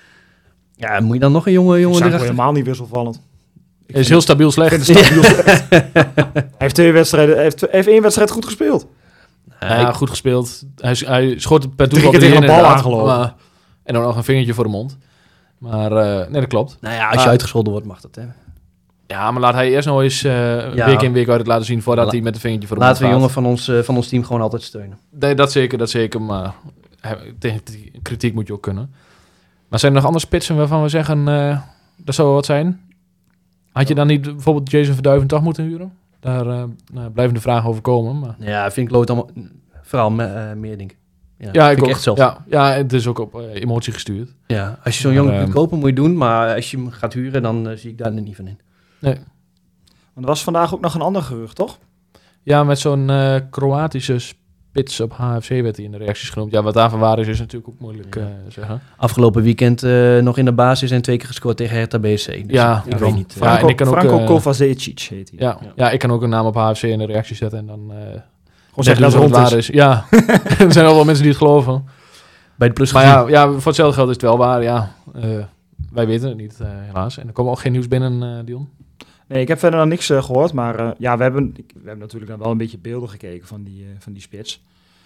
Ja, moet je dan nog een jonge jongen Sanko erachter? helemaal niet wisselvallend. Ik Hij is vind heel stabiel Ik slecht. vind het stabiel slecht. Hij heeft twee wedstrijden, hij heeft, twee- hij heeft één wedstrijd goed gespeeld. Ja, ik- goed gespeeld. Hij, hij schoot per Drie toeval keer tegen erin, een bal inderdaad. aangelopen. Maar- En dan nog een vingertje voor de mond. Maar uh, nee, dat klopt. Nou ja, als je Ah. uitgescholden wordt, mag dat, hè. Ja, maar laat hij eerst nog eens uh, Ja. week in week uit het laten zien voordat La- hij met een vingertje voor de Laten we mond jongen gaat. van ons, uh, van ons team gewoon altijd steunen. Nee, dat zeker, dat zeker. Maar hij, tegen die kritiek moet je ook kunnen. Maar zijn er nog andere spitsen waarvan we zeggen, uh, dat zou wel wat zijn? Had je dan niet bijvoorbeeld Jason Verduiven toch moeten huren? Daar uh, nou, blijven de vragen over komen. Maar... Ja, vind ik Lood allemaal... Vooral me, uh, meer, denk ik. Ja, Ja, vind ik ook. echt zelf. Ja, ja, het is ook op uh, emotie gestuurd. Ja, als je zo'n Maar, jongen kunt um, kopen, moet je doen. Maar als je hem gaat huren, dan uh, zie ik daar niet van in. Nee. Want er was vandaag ook nog een ander gerucht, toch? Ja, met zo'n uh, Kroatische spits op H F C werd hij in de reacties genoemd. Ja, wat daarvan waar is, is natuurlijk ook moeilijk Ja. uh, zeggen. Afgelopen weekend uh, nog in de basis en twee keer gescoord tegen Hertha B C. Dus Ja, ik ja, weet niet. Uh, Ja, en Franco, ik kan ook, Franco uh, Kovacic heet hij. Ja, ja. ja, ik kan ook een naam op H F C in de reactie zetten en dan uh, Gewoon zeggen zeggen dat dat het het waar rond is. Ja, er zijn al wel mensen die het geloven. bij de plus Maar ja, ja, voor hetzelfde geld is het wel waar. Ja, uh, wij weten het niet, uh, helaas. En er komt ook geen nieuws binnen, uh, Dion. Nee, ik heb verder nog niks uh, gehoord, maar uh, ja, we hebben, we hebben natuurlijk dan wel een beetje beelden gekeken van die, uh, van die spits.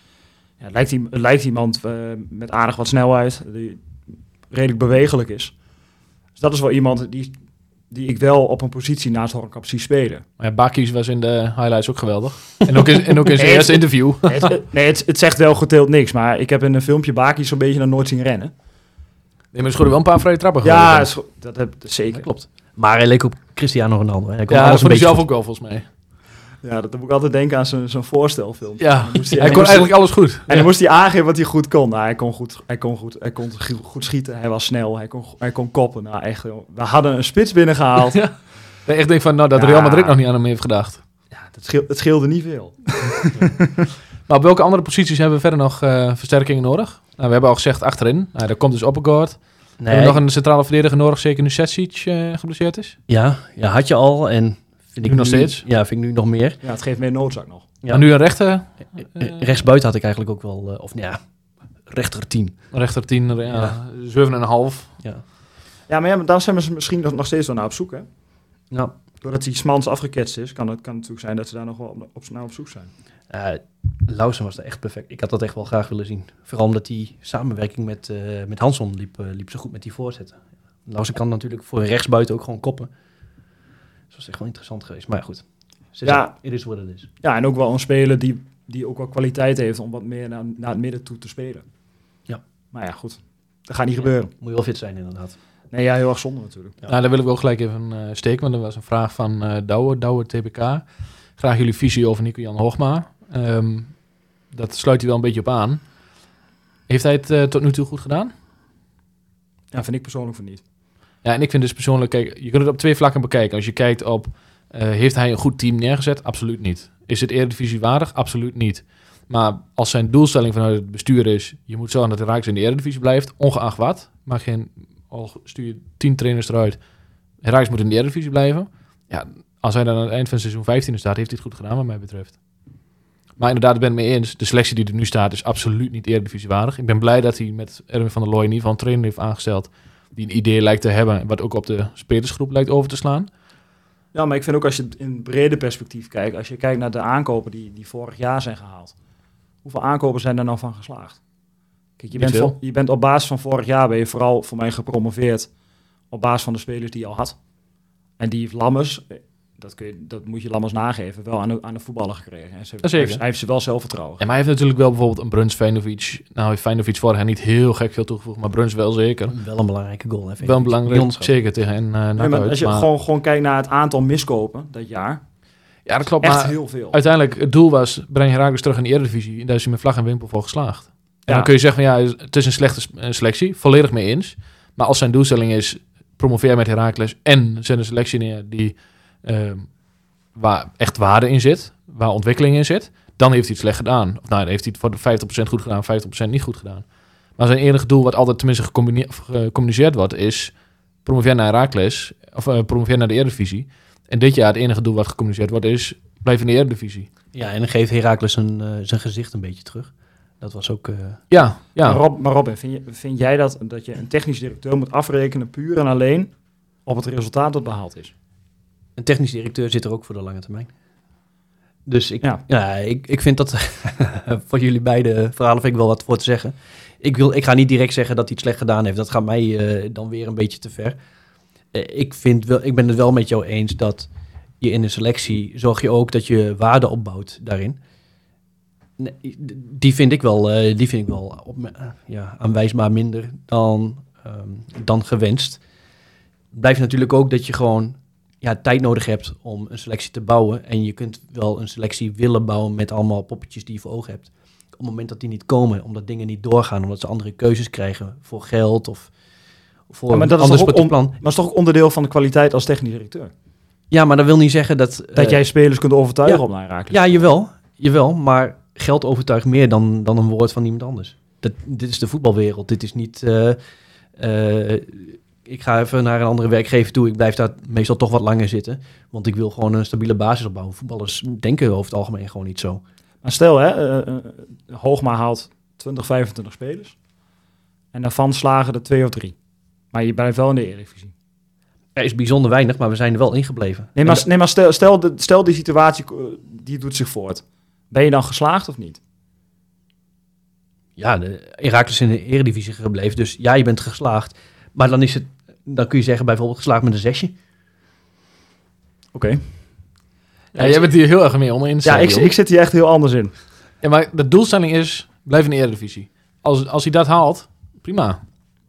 Ja, het, lijkt, het lijkt iemand uh, met aardig wat snelheid, die redelijk bewegelijk is. Dus dat is wel iemand die, die ik wel op een positie naast Hornkamp zie spelen. Maar ja, Bakkies was in de highlights ook geweldig. En ook in, en ook in zijn Nee, eerste het- interview. Nee, het, nee, het, het zegt wel geteeld niks, maar ik heb in een filmpje Bakis zo'n beetje nog nooit zien rennen. Nee, maar er schoten wel een paar vrije trappen. Ja, geloof ik. is- dat, heb, dat zeker. dat klopt. Maar hij leek op Cristiano Ronaldo. Hè. Hij kon Ja, dat alles vond een hij zelf beetje ook wel, volgens mij. Ja, dat moet ik altijd denken aan zo'n zo'n voorstelfilmpje. Ja, Dan moest hij dan kon moest eigenlijk alles goed. En dan moest hij aangeven wat hij goed kon. Nou, hij kon goed, hij kon goed, hij kon goed, goed schieten. Hij was snel. Hij kon, hij kon koppen. Nou, echt. Joh. We hadden een spits binnengehaald. Ja. Nee, echt denk van, nou, dat Ja. Real Madrid nog niet aan hem heeft gedacht. Ja, het, scheelde, het scheelde niet veel. Maar op welke andere posities hebben we verder nog uh, versterkingen nodig? Nou, we hebben al gezegd achterin. Nou, daar komt dus Oppegaard. Nee, Hebben we nog een centrale verdediger nodig, zeker nu Sesic uh, geblesseerd is? ja, ja, had je al. En vind ik Nu nog steeds? Ja, vind ik nu nog meer. Ja, het geeft meer noodzak nog. Ja. Maar nu een rechter, Uh, rechtsbuiten had ik eigenlijk ook wel... Uh, of ja, rechter tien. rechter tien, ja, Ja. zeven komma vijf. Ja. Ja, maar ja, maar daar zijn we misschien nog nog steeds wel naar op zoek, hè? Nou, Doordat die Smans afgeketst is, kan het kan natuurlijk zijn dat ze daar nog wel op, op, naar op zoek zijn. uh, Lausen was er echt perfect. Ik had dat echt wel graag willen zien. Vooral omdat die samenwerking met, uh, met Hansson liep, uh, liep zo goed met die voorzetten. Lausen kan natuurlijk voor een rechtsbuiten ook gewoon koppen. Dus dat was echt wel interessant geweest. Maar ja, goed. Ze Ja. Het is wat het is. Ja, en ook wel een speler die, die ook wel kwaliteit heeft om wat meer naar, naar het midden toe te spelen. Ja. Maar ja, goed. Dat gaat niet gebeuren. Moet je wel fit zijn inderdaad. Nee, ja, heel erg zonde natuurlijk. Ja. Nou, daar wil ik wel gelijk even uh, steken, want er was een vraag van uh, Douwe, Douwe T B K. Graag jullie visie over Nico-Jan Hoogma. Um, dat sluit hij wel een beetje op aan. Heeft hij het uh, tot nu toe goed gedaan? Ja, vind ik persoonlijk van niet. Ja, en ik vind dus persoonlijk, kijk, je kunt het op twee vlakken bekijken. Als je kijkt op, uh, heeft hij een goed team neergezet? Absoluut niet. Is het Eredivisie waardig? Absoluut niet. Maar als zijn doelstelling vanuit het bestuur is, je moet zorgen dat de Ajax in de Eredivisie blijft, ongeacht wat. Maar geen, al stuur je tien trainers eruit, Ajax moet in de Eredivisie blijven. Ja, als hij dan aan het eind van seizoen vijftien staat, heeft hij het goed gedaan wat mij betreft. Maar inderdaad, ik ben het mee eens. De selectie die er nu staat is absoluut niet Eredivisie waardig. Ik ben blij dat hij met Erwin van der Looy in ieder geval een trainer heeft aangesteld die een idee lijkt te hebben, wat ook op de spelersgroep lijkt over te slaan. Ja, maar ik vind ook als je het in brede perspectief kijkt, als je kijkt naar de aankopen die, die vorig jaar zijn gehaald. Hoeveel aankopen zijn er nou van geslaagd? Kijk, je Niet bent, veel. van, je bent op basis van vorig jaar ben je vooral voor mij gepromoveerd op basis van de spelers die je al had. En die heeft Lammers, eh, dat, kun je, dat moet je Lammers nageven, wel aan de, aan de voetballer gekregen. En ze, Dat zeker. Hij, hij heeft ze wel zelfvertrouwen. En maar hij heeft natuurlijk wel bijvoorbeeld een Bruns Feinovic. Nou heeft Feinovic vorig jaar niet heel gek veel toegevoegd, maar Bruns wel zeker. Wel een belangrijke goal. Hè, vind Wel een ik. Niet belangrijk, onderschat. zeker tegen en uh, Nee, maar als je maar, gewoon, gewoon kijkt naar het aantal miskopen dat jaar. Ja, dat klopt. Echt Maar heel veel. uiteindelijk, het doel was, breng Heracles terug in de Eredivisie. En daar is hij met vlag en wimpel voor geslaagd. En Ja. dan kun je zeggen, van, ja, het is een slechte s- een selectie. Volledig mee eens. Maar als zijn doelstelling is, promoveer met Heracles en zet een selectie neer die, uh, waar echt waarde in zit, waar ontwikkeling in zit, dan heeft hij het slecht gedaan. Of nou, dan heeft hij het voor de vijftig procent goed gedaan, vijftig procent niet goed gedaan. Maar zijn enige doel, wat altijd tenminste gecombine- gecommuniceerd wordt, is promoveer naar Heracles, of uh, promoveer naar de Eredivisie. En dit jaar het enige doel wat gecommuniceerd wordt is, blijf in de Eredivisie. Ja, en dan geeft Heracles een, uh, zijn gezicht een beetje terug. Dat was ook... Uh... Ja, ja. Maar, Rob, maar Robin, vind, je, vind jij dat, dat je een technisch directeur moet afrekenen puur en alleen op het resultaat dat behaald is? Een technisch directeur zit er ook voor de lange termijn. Dus ik, Ja. ja. ik, ik vind dat voor jullie beide verhalen vind ik wel wat voor te zeggen. Ik, wil, ik ga niet direct zeggen dat hij het slecht gedaan heeft. Dat gaat mij uh, dan weer een beetje te ver. Uh, ik, vind wel, ik ben het wel met jou eens dat je in een selectie zorg je ook dat je waarde opbouwt daarin. Nee, die vind ik wel, uh, die vind ik wel op, uh, ja, aanwijsbaar minder dan, um, dan gewenst. Blijft natuurlijk ook dat je gewoon ja, tijd nodig hebt om een selectie te bouwen. En je kunt wel een selectie willen bouwen met allemaal poppetjes die je voor ogen hebt. Op het moment dat die niet komen, omdat dingen niet doorgaan, omdat ze andere keuzes krijgen voor geld of voor Ja, maar dat een is ander toch ook sportief on- plan. Maar is toch ook onderdeel van de kwaliteit als technisch directeur? Ja, maar dat wil niet zeggen dat... Dat uh, jij spelers kunt overtuigen ja. om naar Heracles. Ja, jawel, jawel, maar geld overtuigt meer dan, dan een woord van iemand anders. Dat, dit is de voetbalwereld. Dit is niet... Uh, uh, ik ga even naar een andere werkgever toe. Ik blijf daar meestal toch wat langer zitten. Want ik wil gewoon een stabiele basis opbouwen. Voetballers denken over het algemeen gewoon niet zo. Maar stel, hè, uh, uh, Hoogma haalt twintig, vijfentwintig spelers. En daarvan slagen er twee of drie. Maar je blijft wel in de Eredivisie. Er is bijzonder weinig, maar we zijn er wel ingebleven. Nee, maar, nee, maar stel, stel, de, stel die situatie, uh, die doet zich voort. Ben je dan geslaagd of niet? Ja, de Heracles in de Eredivisie gebleven. Dus ja, je bent geslaagd. Maar dan is het, dan kun je zeggen bijvoorbeeld geslaagd met een zesje. Oké. Okay. Ja, jij bent hier heel erg mee oneens. Ja, ik, ik zit hier echt heel anders in. Ja, maar de doelstelling is, blijf in de Eredivisie. Als, als hij dat haalt, prima.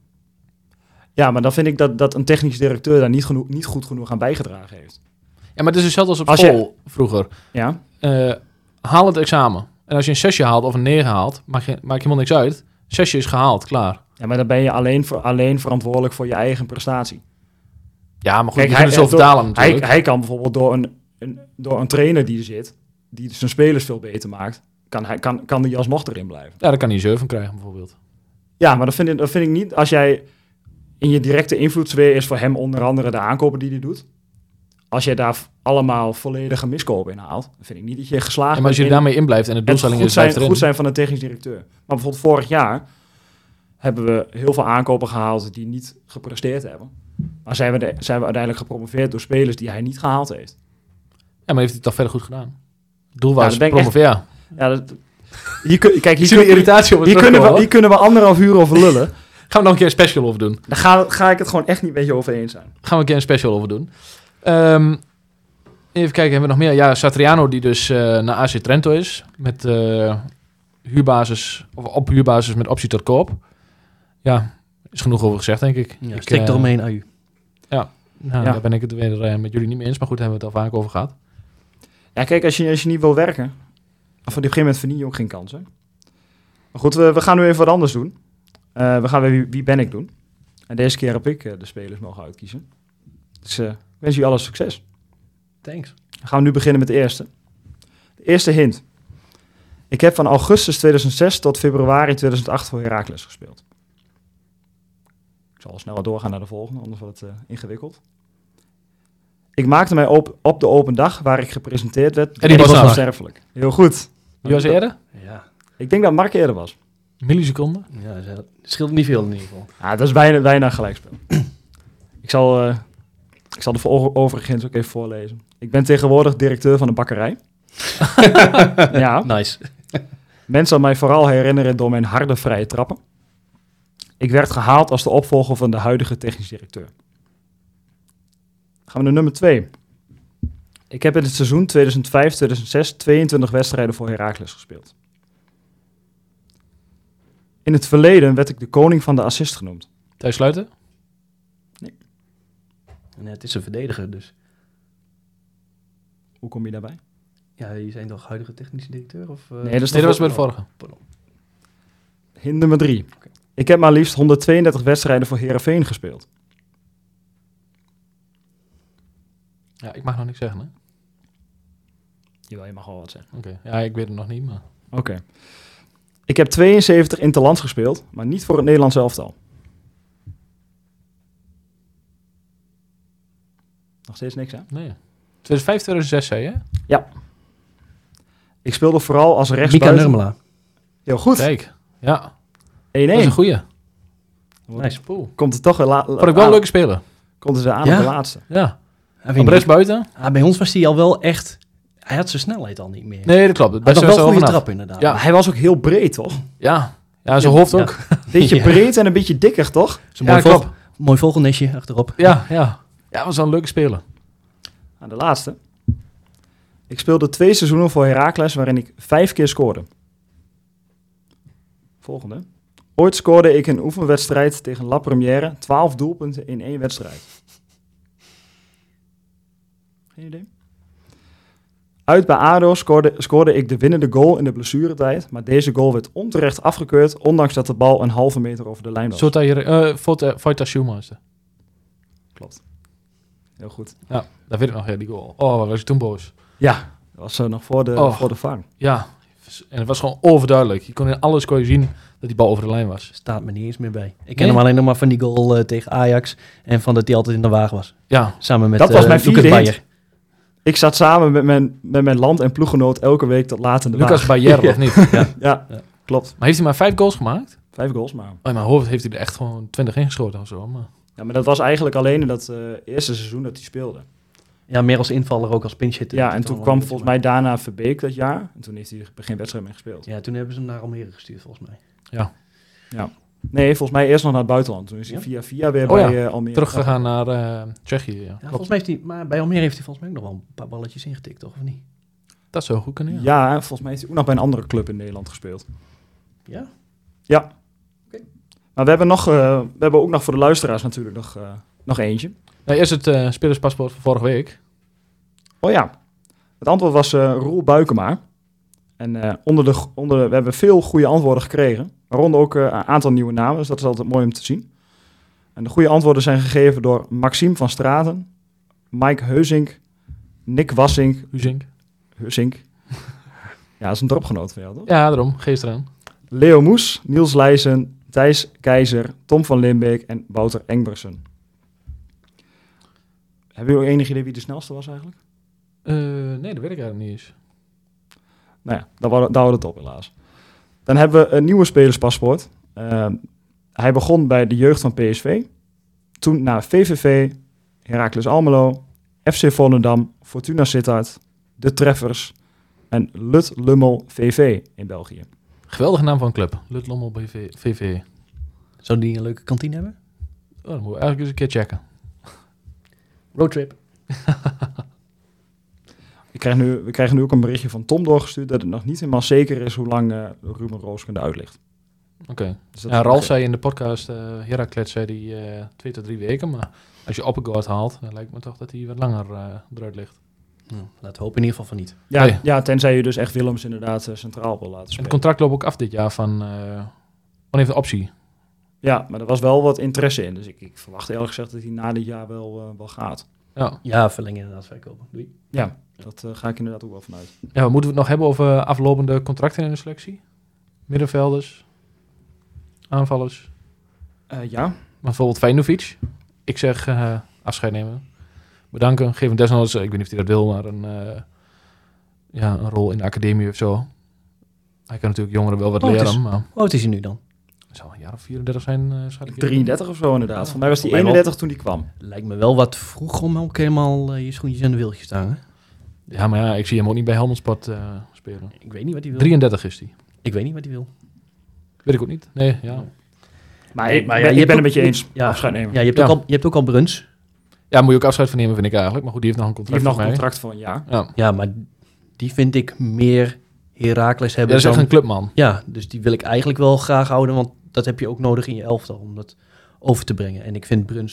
Ja, maar dan vind ik dat, dat een technisch directeur daar niet, genoeg, niet goed genoeg aan bijgedragen heeft. Ja, maar het is hetzelfde als op Als school vroeger. Ja? Uh, haal het examen. En als je een zesje haalt of een negen haalt, maakt je, maakt je helemaal niks uit. Zesje is gehaald, klaar. Ja, maar dan ben je alleen, voor, alleen verantwoordelijk voor je eigen prestatie. Ja, maar goed, Kijk, je hij, kunt het zo door, vertalen natuurlijk. Hij, hij kan bijvoorbeeld door een, een, door een trainer die er zit, die zijn spelers veel beter maakt, kan hij kan, kan die alsnog erin blijven. Ja, dan kan hij een zeven krijgen bijvoorbeeld. Ja, maar dat vind, ik, dat vind ik niet als jij in je directe invloedssfeer is voor hem onder andere de aankopen die hij doet. Als jij daar allemaal volledige miskopen in haalt, dan vind ik niet dat je geslaagd bent. Ja, maar als je er in daarmee in blijft en de het doelstelling goed is, zijn, blijft erin. goed zijn van een technisch directeur. Maar bijvoorbeeld vorig jaar hebben we heel veel aankopen gehaald die niet gepresteerd hebben. Maar zijn we, de, zijn we uiteindelijk gepromoveerd door spelers die hij niet gehaald heeft. Ja, maar heeft hij het toch verder goed gedaan? Het doel was Ja, dat ben ik promoveer. echt- Ja, dat, hier, kun- kijk, hier, Zie je de kun- irritatie op het hier, kunnen we, terugkomen? hier kunnen we anderhalf uur over lullen. Gaan we nog een keer een special over doen. Daar ga, ga ik het gewoon echt niet met je over eens zijn. Gaan we een keer een special over doen. Um, even kijken, hebben we nog meer? Ja, Satriano die dus uh, naar A C Trento is. Met uh, huurbasis, of op huurbasis met optie tot koop. Ja, is genoeg over gezegd, denk ik. Ja, ik strik uh, eromheen aan u. Nou, Ja. daar ben ik het weer uh, met jullie niet mee eens. Maar goed, hebben we het al vaak over gehad. Ja, kijk, als je, als je niet wil werken, of op een gegeven moment verdien je ook geen kansen. Maar goed, we, we gaan nu even wat anders doen. Uh, we gaan weer wie, wie ben ik doen. En deze keer heb ik uh, de spelers mogen uitkiezen. Dus uh, ik wens jullie alle succes. Thanks. Dan gaan we nu beginnen met de eerste. De eerste hint. Ik heb van augustus tweeduizend zes tot februari tweeduizend acht voor Heracles gespeeld. Ik zal sneller doorgaan naar de volgende, anders wordt het uh, ingewikkeld. Ik maakte mij op, op de open dag waar ik gepresenteerd werd. Eddie was Bosnaar. onsterfelijk. Heel goed. Wie was eerder? Ja, Ik denk dat Mark eerder was. Milliseconden. ja het scheelt niet veel in ieder geval. Ja, dat is bijna, bijna gelijkspel. ik, zal, uh, ik zal de over- overige hints ook even voorlezen. Ik ben tegenwoordig directeur van een bakkerij. ja. Nice. Men zal mij vooral herinneren door mijn harde vrije trappen. Ik werd gehaald als de opvolger van de huidige technisch directeur. Gaan we naar nummer twee. Ik heb in het seizoen tweeduizend vijf tweeduizend zes tweeëntwintig wedstrijden voor Heracles gespeeld. In het verleden werd ik de koning van de assist genoemd. Thijs Sluiten? Nee, het is een verdediger, dus. Hoe kom je daarbij? Ja, die zijn toch huidige technische directeur? Of, uh... Nee, dat is Nee, dat was bij de voor- vorige. Hint nummer drie. Oké. Ik heb maar liefst honderdtweeëndertig wedstrijden voor Heerenveen gespeeld. Ja, ik mag nog niks zeggen, hè? Jawel, je mag wel wat zeggen. Oké. Ja, ik weet het nog niet, maar... Oké. Ik heb tweeënzeventig interlands gespeeld, maar niet voor het Nederlands elftal. Nog steeds niks, hè? Nee. tweeduizend vijf, tweeduizend zes, zei je? Ik speelde vooral als Mika rechtsbuiten. Nurmela. Heel goed. Kijk. Ja, één dat is één. een goeie. Nice. Poeh. Komt het toch weer la- Vond ik wel een leuke speler. Komt het aan Ja? op de laatste. Ja. Hij Op vind rechts ik- buiten? Ah, bij ons was hij al wel echt... Hij had zijn snelheid al niet meer. Nee, dat klopt. Het Hij had beste nog was wel er goede vanaf. trap inderdaad. Ja. Maar hij was ook heel breed, toch? Ja. Ja, zijn Ja. hoofd Ja. ook. Beetje Ja. breed en een beetje dikker, toch? Zo'n Ja, mooi, klopt. vogel, mooi vogelnestje achterop. Ja, ja. Ja, was wel een leuke speler. Aan de laatste. Ik speelde twee seizoenen voor Heracles waarin ik vijf keer scoorde. Volgende. Ooit scoorde ik een oefenwedstrijd tegen La Première twaalf doelpunten in één wedstrijd. Geen idee. Uit bij ADO scoorde, scoorde ik de winnende goal in de blessuretijd, maar deze goal werd onterecht afgekeurd, ondanks dat de bal een halve meter over de lijn was. Sota hier, eh Vojta Schumacher. Klopt. Heel goed. Ja, dat weet ik nog, ja, die goal. Oh, wat was ik toen boos. Ja, dat was uh, nog voor de, Oh. voor de vang. Ja, en het was gewoon overduidelijk. Je kon in alles kon je zien dat die bal over de lijn was. Staat me niet eens meer bij. Ik ken Nee? hem alleen nog maar van die goal eh, tegen Ajax. En van dat hij altijd in de wagen was. Ja, Samen met Dat was eh, mijn Lucas vierde hint. Bayer. Ik zat samen met mijn, met mijn land- en ploeggenoot elke week tot laat in de Lucas wagen. Bayer, of niet? Ja, Ja. klopt. Maar heeft hij maar vijf goals gemaakt? Vijf goals maar. Oh, in mijn hoofd heeft hij er echt gewoon twintig ingeschoten of zo. Maar... Ja, maar dat was eigenlijk alleen in dat eh, eerste seizoen dat hij speelde. Ja, meer als invaller, ook als pinch hitter. Ja, Dat en het toen wel kwam een volgens beetje mij daarna Verbeek dat jaar. En toen heeft hij er geen wedstrijd meer gespeeld. maar- Ja, toen hebben ze hem naar Almere gestuurd volgens mij. Nee, volgens mij eerst nog naar het buitenland. Toen is hij Ja? via via weer Oh ja, bij eh, Almere. Teruggegaan naar eh, Tsjechië, ja. Ja, Klopt. volgens mij heeft hij, maar bij Almere heeft hij volgens mij ook nog wel een paar balletjes ingetikt, toch? Of niet? Dat zou goed kunnen, ja. Ja, en volgens mij heeft hij ook nog bij een andere club in Nederland gespeeld. Ja? Ja. Oké. Maar we hebben, nog, eh, we hebben ook nog voor de luisteraars natuurlijk nog, eh, nog eentje. Nou, eerst het eh, spelerspaspoort van vorige week. Oh ja, het antwoord was eh Roel Buikema. En eh, onder de, onder de, we hebben veel goede antwoorden gekregen. Waaronder ook eh, een aantal nieuwe namen, dus dat is altijd mooi om te zien. En de goede antwoorden zijn gegeven door Maxime van Straten, Mike Heusink, Nick Wassink, Huzink. Heusink. Ja, dat is een dropgenoot van jou, toch? Ja, daarom. Geest eraan. Leo Moes, Niels Leijzen, Thijs Keizer, Tom van Limbeek en Wouter Engbersen. Hebben jullie ook enig idee wie de snelste was eigenlijk? Eh, nee, dat weet ik eigenlijk niet eens. Nou ja, dan houden we het op helaas. Dan hebben we een nieuwe spelerspaspoort. Uh, hij begon bij de jeugd van P S V. Toen naar V V V, Heracles Almelo, F C Volendam, Fortuna Sittard, De Treffers en Lut Lummel V V in België. Geweldige naam van een club. Lutlommel B V V V. Zou die een leuke kantine hebben? Oh, dat moeten we eigenlijk eens een keer checken. Roadtrip. Ik krijg nu, we krijgen nu ook een berichtje van Tom doorgestuurd dat het nog niet helemaal zeker is hoe lang uh, Ruben Rooskunde uitligt. Oké. Dus dat Ja, is Ralf nog- zei in de podcast, uh, Heracles zei die uh, twee tot drie weken. Maar als je Oppegaard haalt, dan lijkt me toch dat hij wat langer uh, eruit ligt. Nou, laten we hopen in ieder geval van niet. Ja, Nee. ja, tenzij je dus echt Willems inderdaad uh, centraal wil laten En het spelen. contract loopt ook af dit jaar van... Uh, wanneer heeft de optie? Ja, maar er was wel wat interesse in. Dus ik, ik verwacht eerlijk gezegd dat hij na dit jaar wel, uh, wel gaat. Ja. Ja, verlengen inderdaad, verkopen. Doei. Ja, dat uh, ga ik inderdaad ook wel vanuit. Ja, we moeten we het nog hebben over aflopende contracten in de selectie? Middenvelders? Aanvallers? Uh, ja, Bijvoorbeeld Vajnovic. Ik zeg uh, afscheid nemen. Bedanken. Geef hem desnoods, uh, ik weet niet of hij dat wil, maar een, uh, ja, een rol in de academie of zo. Hij kan natuurlijk jongeren wel wat Oh, het leren, is- maar Hoe oud is hij nu dan? het zal een jaar of vierendertig zijn. Uh, schat ik. drieëndertig of zo inderdaad. Ja. Voor mij was hij Voor mij wel. eenendertig toen hij kwam. Lijkt me wel wat vroeg om ook helemaal uh, je schoentjes aan de wieltjes te hangen. Ja, maar ja, ik zie hem ook niet bij Helmond Sport uh, spelen. Ik weet niet wat hij wil. drieëndertig is hij. Ik weet niet wat hij wil. Weet ik ook niet. Nee, ja. Maar, Nee, ik, maar ben- ja, je ik hebt ben het ook- met je eens. ja. Afscheid nemen. Ja, je hebt, Ja. Ook, al, je hebt ook al Bruns. Ja, moet je ook afscheid van nemen, vind ik eigenlijk. Maar goed, die heeft nog een Die contract heeft nog een voor mij. contract van een jaar. Ja. Ja, maar die vind ik meer Heracles Ja, hebben dat is echt dan- een clubman. Ja, dus die wil ik eigenlijk wel graag houden, want dat heb je ook nodig in je elftal om dat over te brengen. En ik vind Bruns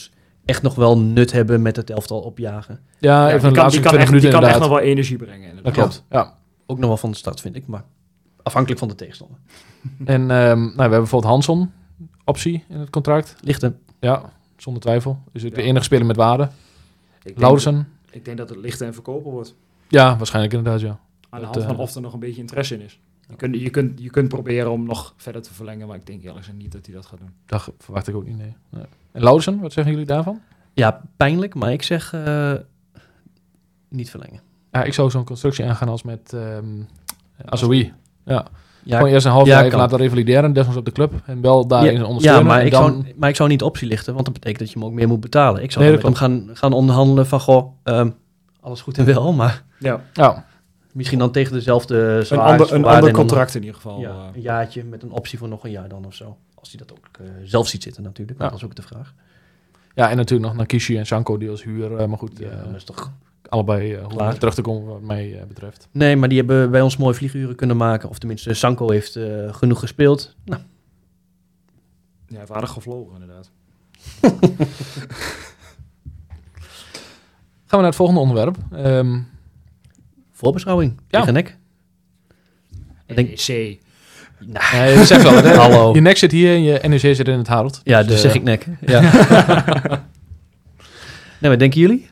echt nog wel nut hebben met het elftal opjagen. Ja, Ja, even die de kan, laatste die kan, twintig echt, minuten die kan echt inderdaad. nog wel energie brengen. Inderdaad. Dat klopt, ja. Ook nog wel van de start, vind ik, maar afhankelijk van de tegenstander. En ehm, nou, we hebben bijvoorbeeld Hanson, optie in het contract. Lichte. Ja, zonder twijfel. Is het Ja. de enige speler met waarde. Ik denk, Laudersen. ik denk dat het lichten en verkopen wordt. Ja, waarschijnlijk inderdaad, ja. Aan de Dat, hand van eh, of er nog een beetje interesse in is. Je kunt, je, kunt, je kunt proberen om nog verder te verlengen, maar ik denk eerlijk gezegd niet dat hij dat gaat doen. Dat verwacht ik ook niet, nee. nee. En Laudersen, wat zeggen jullie daarvan? Ja, pijnlijk, maar ik zeg uh, niet verlengen. Ja, ik zou zo'n constructie aangaan als met um, Azoui. Ja. Ja, Gewoon eerst een half ja, jaar even kan. laten revalideren, desnoods op de club. En wel daarin ja, ondersteunen. ja, maar en ik, dan... zou, maar ik zou niet optie lichten, want dat betekent dat je hem ook meer moet betalen. Ik zou Nee, dan met hem gaan, gaan onderhandelen van, goh, um, alles goed en wel, maar Ja, Ja, misschien dan tegen dezelfde een salaris. ander, een ander contract in ieder geval. Ja, eh. een jaartje met een optie voor nog een jaar dan of zo. Als hij dat ook uh, zelf ziet zitten natuurlijk, want Ja. dat is ook de vraag. ja, en natuurlijk nog Nakishi en Sanko die als huur. Uh, maar goed, Ja, uh, dat is toch... allebei uh, Klaar. hoe terug te komen wat mij uh, betreft. Nee, maar die hebben bij ons mooie vlieguren kunnen maken. Of tenminste, Sanko heeft uh, genoeg gespeeld. Nou, Ja, hij heeft aardig gevlogen inderdaad. Gaan we naar het volgende onderwerp. Um, voorbeschouwing Ja. tegen Nek. Ik denk- N E C. Nou, nee, je zegt wel, hè? Hallo. Je nek zit hier en je N E C zit in het Harold. ja, dus uh, zeg ik Nek. Ja. Nee, wat denken jullie?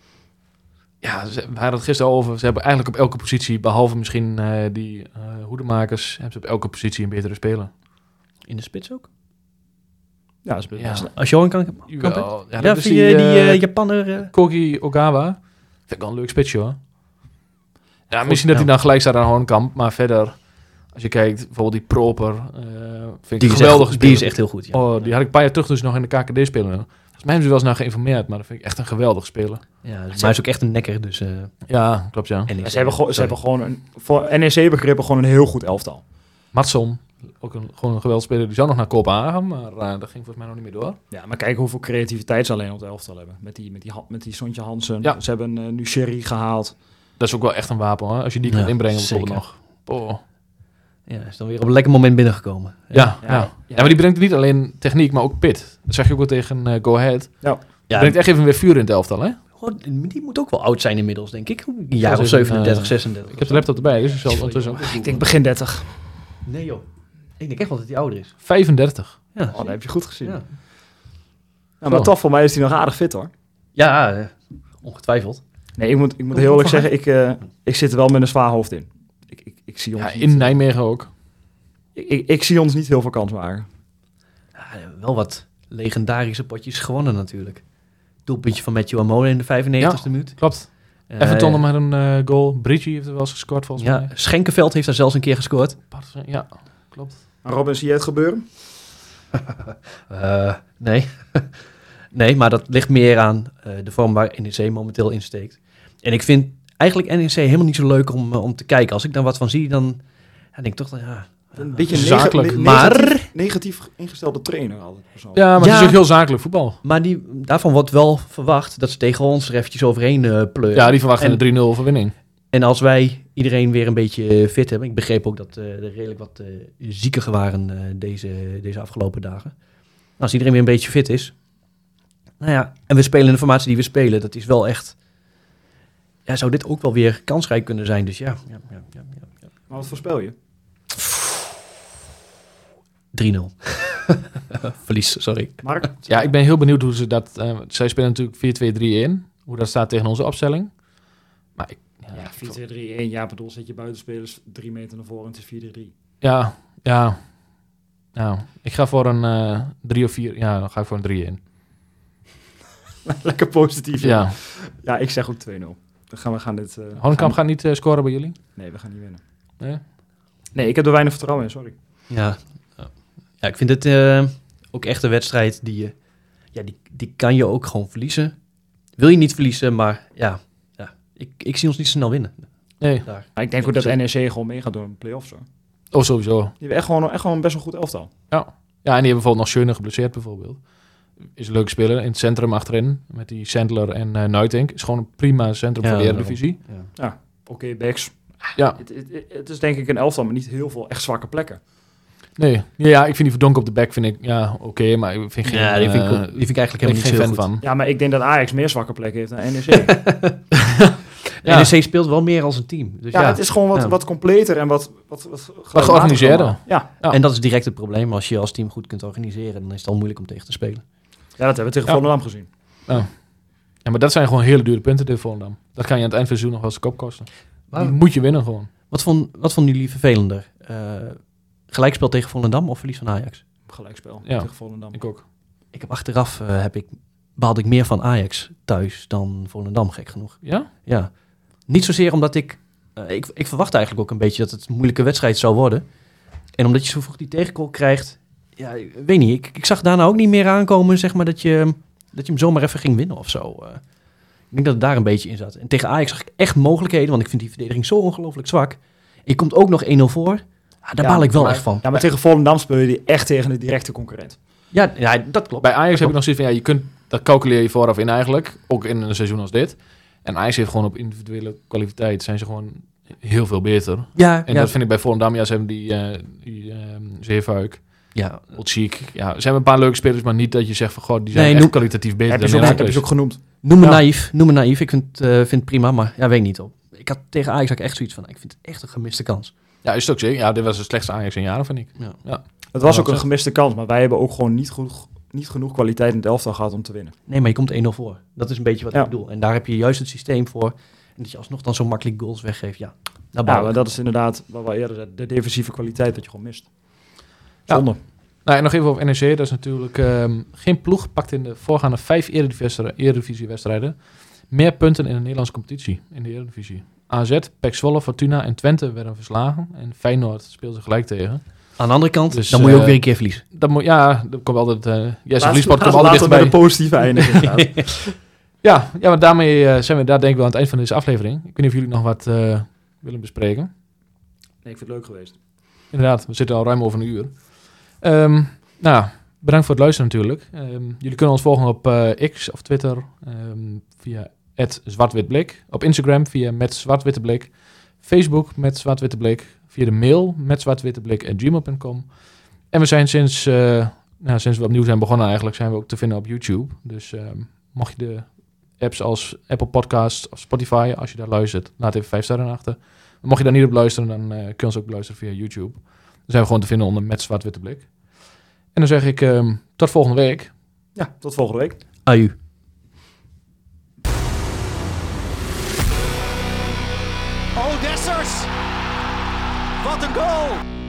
Ja, ze, we hadden het gisteren al over. Ze hebben eigenlijk op elke positie, behalve misschien uh, die uh, hoedemakers, hebben ze op elke positie een betere speler. In de spits ook? Ja, dat is best Ja. best- Als Johan kan... kan het? Jawel, ja, Ja, dat is vind die, je die uh, uh, Japanner... Uh, Kogi Ogawa. Vind ik wel een leuk spitsje, hoor. Ja, misschien dat ja. hij dan gelijk staat aan Hoornkamp, maar verder, als je kijkt, bijvoorbeeld die Proper, uh, vind ik die, een is geweldige echt, die is speler. echt heel goed, ja. Oh, die had ik een paar jaar terug dus nog in de K K D spelen. Volgens mij hebben ze wel eens naar geïnformeerd, maar dat vind ik echt een geweldig speler. Ja, maar hij is ook echt een nekker, dus... Uh, Ja, klopt, ja. en Ja, ik- ze hebben, gewoon- ze sorry. hebben gewoon een, voor N E C-begrippen gewoon een heel goed elftal. Matsson, ook een, gewoon een geweldig speler. Die zou nog naar Kopenhagen, maar uh, dat ging volgens mij nog niet meer door. Ja, maar kijk hoeveel creativiteit ze alleen op het elftal hebben. Met die, met die, Han- met die Sontje Hansen. Ja. Ze hebben uh, nu Sherry gehaald. Dat is ook wel echt een wapen, hoor. Als je die Ja, kunt inbrengen zeker. bijvoorbeeld nog. Oh. Ja, is dan weer op een lekker moment binnengekomen. Ja, ja, Ja, ja. ja. maar die brengt niet alleen techniek, maar ook pit. Dat zeg je ook wel tegen uh, Go Ahead. Ja, Brengt echt even weer vuur in het elftal, hè? gewoon, die moet ook wel oud zijn inmiddels, denk ik. Een jaar Ja, of zeker, zevenendertig, uh, zesendertig. Ik heb de laptop erbij, dus ik zal ondertussen ook Ik denk begin dertig. Nee joh. Ik denk echt wel dat hij ouder is. vijfendertig. Ja, Oh, dat heb je goed gezien. ja. Ja. Ja, maar Zo. toch, voor mij is hij nog aardig fit hoor. ja uh, ongetwijfeld. Nee, ik moet, ik moet heel eerlijk zeggen, ik, uh, ik zit er wel met een zwaar hoofd in. Ik, ik, ik, zie ons Ja, niet, in Nijmegen ook. ik, ik, ik zie ons niet heel veel kans maken. Ja, wel wat legendarische potjes gewonnen natuurlijk. Doelpuntje van Matthew Amone in de vijfennegentigste minuut. Klopt. Uh, Everton nog met een uh, goal. Bridgie heeft er wel eens gescoord volgens Ja, mij. Schenkenveld heeft daar zelfs een keer gescoord. Ja, klopt. Maar Robin, zie je het gebeuren? Uh, nee. nee, maar dat ligt meer aan uh, de vorm waar N E C momenteel in steekt. En ik vind eigenlijk N E C helemaal niet zo leuk om, uh, om te kijken. Als ik daar wat van zie, dan ja, denk ik toch... dat ja, Een beetje zakelijk. neg- Maar- negatief, negatief ingestelde trainer altijd. persoonlijk. Ja, maar Ja. het is ook heel zakelijk voetbal. Maar die, daarvan wordt wel verwacht dat ze tegen ons er eventjes overheen uh, pleuren. Ja, die verwachten En- een drie nul overwinning. En als wij iedereen weer een beetje fit hebben... Ik begreep ook dat uh, er redelijk wat uh, ziekigen waren uh, deze, deze afgelopen dagen. Als iedereen weer een beetje fit is... Nou ja, en we spelen de formatie die we spelen. Dat is wel echt... Ja, zou dit ook wel weer kansrijk kunnen zijn. Dus ja, ja, ja, ja, ja, ja. Maar wat voorspel je? drie nul. Verlies, sorry. Mark? Ja, ik ben heel benieuwd hoe ze dat... Uh, zij spelen natuurlijk vier twee drie een. Hoe dat staat tegen onze opstelling. Maar ik... Ja, Ja, vier twee drie een. Ja, bedoel, zet je buitenspelers drie meter naar voren en het is vier drie drie. Ja, ja. Nou, ik ga voor een uh, drie of vier. Ja, dan ga ik voor een drie een. Lekker positief. Ja. Ja. Ja, ik zeg ook twee nul. Dan gaan we gaan dit... Uh, Hoornkamp gaan... gaat niet uh, scoren bij jullie? Nee, we gaan niet winnen. Nee? Nee, ik heb er weinig vertrouwen in, sorry. Ja, ja ik vind het uh, ook echt een wedstrijd die je... Ja, die, die kan je ook gewoon verliezen. Wil je niet verliezen, maar ja... ja ik, ik zie ons niet snel winnen. Nee. Daar. Maar ik denk ook dat N E C gewoon mee gaat door een play-offs hoor. Oh, sowieso. Die hebben echt gewoon, echt gewoon best wel goed elftal. Ja. Ja, en die hebben bijvoorbeeld nog Schöne geblesseerd bijvoorbeeld. Is een leuke speler in het centrum achterin. Met die Sandler en uh, Nuitink. Is gewoon een prima centrum Ja, voor de daarom. Eredivisie. Ja. Oké, okay, backs. Ja. Het, het, het is denk ik een elftal, maar niet heel veel echt zwakke plekken. Nee. Ja, ik vind die Verdonk op de back vind ik, ja, oké, okay, maar ik vind geen... Ja, die vind, ik, uh, die vind ik eigenlijk helemaal niet geen zo fan goed. van. Ja, maar ik denk dat Ajax meer zwakke plekken heeft dan N E C. Ja. N E C speelt wel meer als een team. Dus ja, ja, het is gewoon wat, Ja. wat completer en wat... Wat, wat, Wat georganiseerder. allemaal. Ja. Ja. En dat is direct het probleem. Als je als team goed kunt organiseren, dan is het al moeilijk om tegen te spelen. ja, dat hebben we tegen Ja. Volendam gezien. Ja, maar dat zijn gewoon hele dure punten tegen Volendam. Dat kan je aan het eind van het seizoen nog wel eens kop kosten. Die Maar moet je winnen gewoon. wat, vond, wat vonden jullie vervelender? Uh, gelijkspel tegen Volendam of verlies van Ajax? Gelijkspel Ja. tegen Volendam. Ik ook. Ik heb achteraf uh, heb ik, baalde ik meer van Ajax thuis dan Volendam, gek genoeg. Ja? Ja. Niet zozeer omdat ik, uh, ik... Ik verwacht eigenlijk ook een beetje dat het een moeilijke wedstrijd zou worden. En omdat je zo vroeg die tegengoal krijgt... Ja, ik weet niet. Ik, ik zag daarna ook niet meer aankomen, zeg maar, dat je, dat je hem zomaar even ging winnen of zo. Uh, ik denk dat het daar een beetje in zat. En tegen Ajax zag ik echt mogelijkheden, want ik vind die verdediging zo ongelooflijk zwak. En je komt ook nog één nul voor. Ah, daar Ja, baal ik wel maar- echt van. Ja, maar tegen Volendam speel je die echt tegen de directe concurrent. Ja, ja dat klopt. Bij Ajax heb ik nog zoiets van, ja, je kunt, dat calculeer je vooraf in eigenlijk. Ook in een seizoen als dit. En Ajax heeft gewoon op individuele kwaliteit, zijn ze gewoon heel veel beter. Ja, En ja, dat vind ik bij Volendam, ja, ze hebben die, uh, die uh, Zeefuik, ja, Olschiek. Ja, ze hebben een paar leuke spelers, maar niet dat je zegt van, goh, die zijn Nee, echt noem- kwalitatief beter Heb je, dan ze ook, heb je Heracles. ze ook genoemd. noem me Ja. naïef. Noem me naïef. Ik vind, uh, vind het prima, maar ja, weet ik niet op. Ik had tegen Ajax ook echt zoiets van, ik vind het echt een gemiste kans. Ja, is het ook zeker. Ja, dit was de slechtste Ajax in jaren, vind ik. Het was Ja, ook een zo. gemiste kans, maar wij hebben ook gewoon niet, goed, niet genoeg kwaliteit in het elftal gehad om te winnen. Nee, maar je komt één nul voor. Dat is een beetje wat Ja. ik bedoel. En daar heb je juist het systeem voor. En dat je alsnog dan zo makkelijk goals weggeeft. Ja, daar Ja, baal maar ik. dat is inderdaad wat we eerder zeiden, de defensieve kwaliteit dat je gewoon mist. Ja. Zonde. Nou, en nog even over N E C. Dat is natuurlijk um, geen ploeg pakt in de voorgaande vijf Eredivisie-wedstrijden meer punten in de Nederlandse competitie, in de Eredivisie. A Z, P E C Zwolle, Fortuna en Twente werden verslagen. En Feyenoord speelde gelijk tegen. Aan de andere kant, Dus, dan moet je ook eh, weer een keer verliezen. Dat moet, ja, dat komt altijd... Uh, Jesse Laten Vliespot we- komt laten altijd we bij de dichterbij. positieve eindigen. inderdaad. Ja, ja, maar daarmee uh, zijn we daar denk ik wel aan het eind van deze aflevering. Ik weet niet of jullie nog wat uh, willen bespreken. Nee, ik vind het leuk geweest. Inderdaad, we zitten al ruim over een uur. Um, nou, bedankt voor het luisteren natuurlijk. Um, jullie kunnen ons volgen op uh, X of Twitter um, via at zwartwitblik. Op Instagram via met zwartwitteblik. Facebook met zwartwitteblik. Via de mail met zwartwitteblik at gmail dot com. En we zijn sinds, uh, nou, sinds we opnieuw zijn begonnen eigenlijk, zijn we ook te vinden op YouTube. Dus um, mocht je de apps als Apple Podcasts of Spotify, als je daar luistert, laat even vijf sterren achter. Mocht je daar niet op luisteren, dan uh, kun je ons ook beluisteren via YouTube. Dan zijn we gewoon te vinden onder met zwart-witte blik. En dan zeg ik um, tot volgende week. Ja, tot volgende week. Aju. Oh, Dessers! Wat een goal!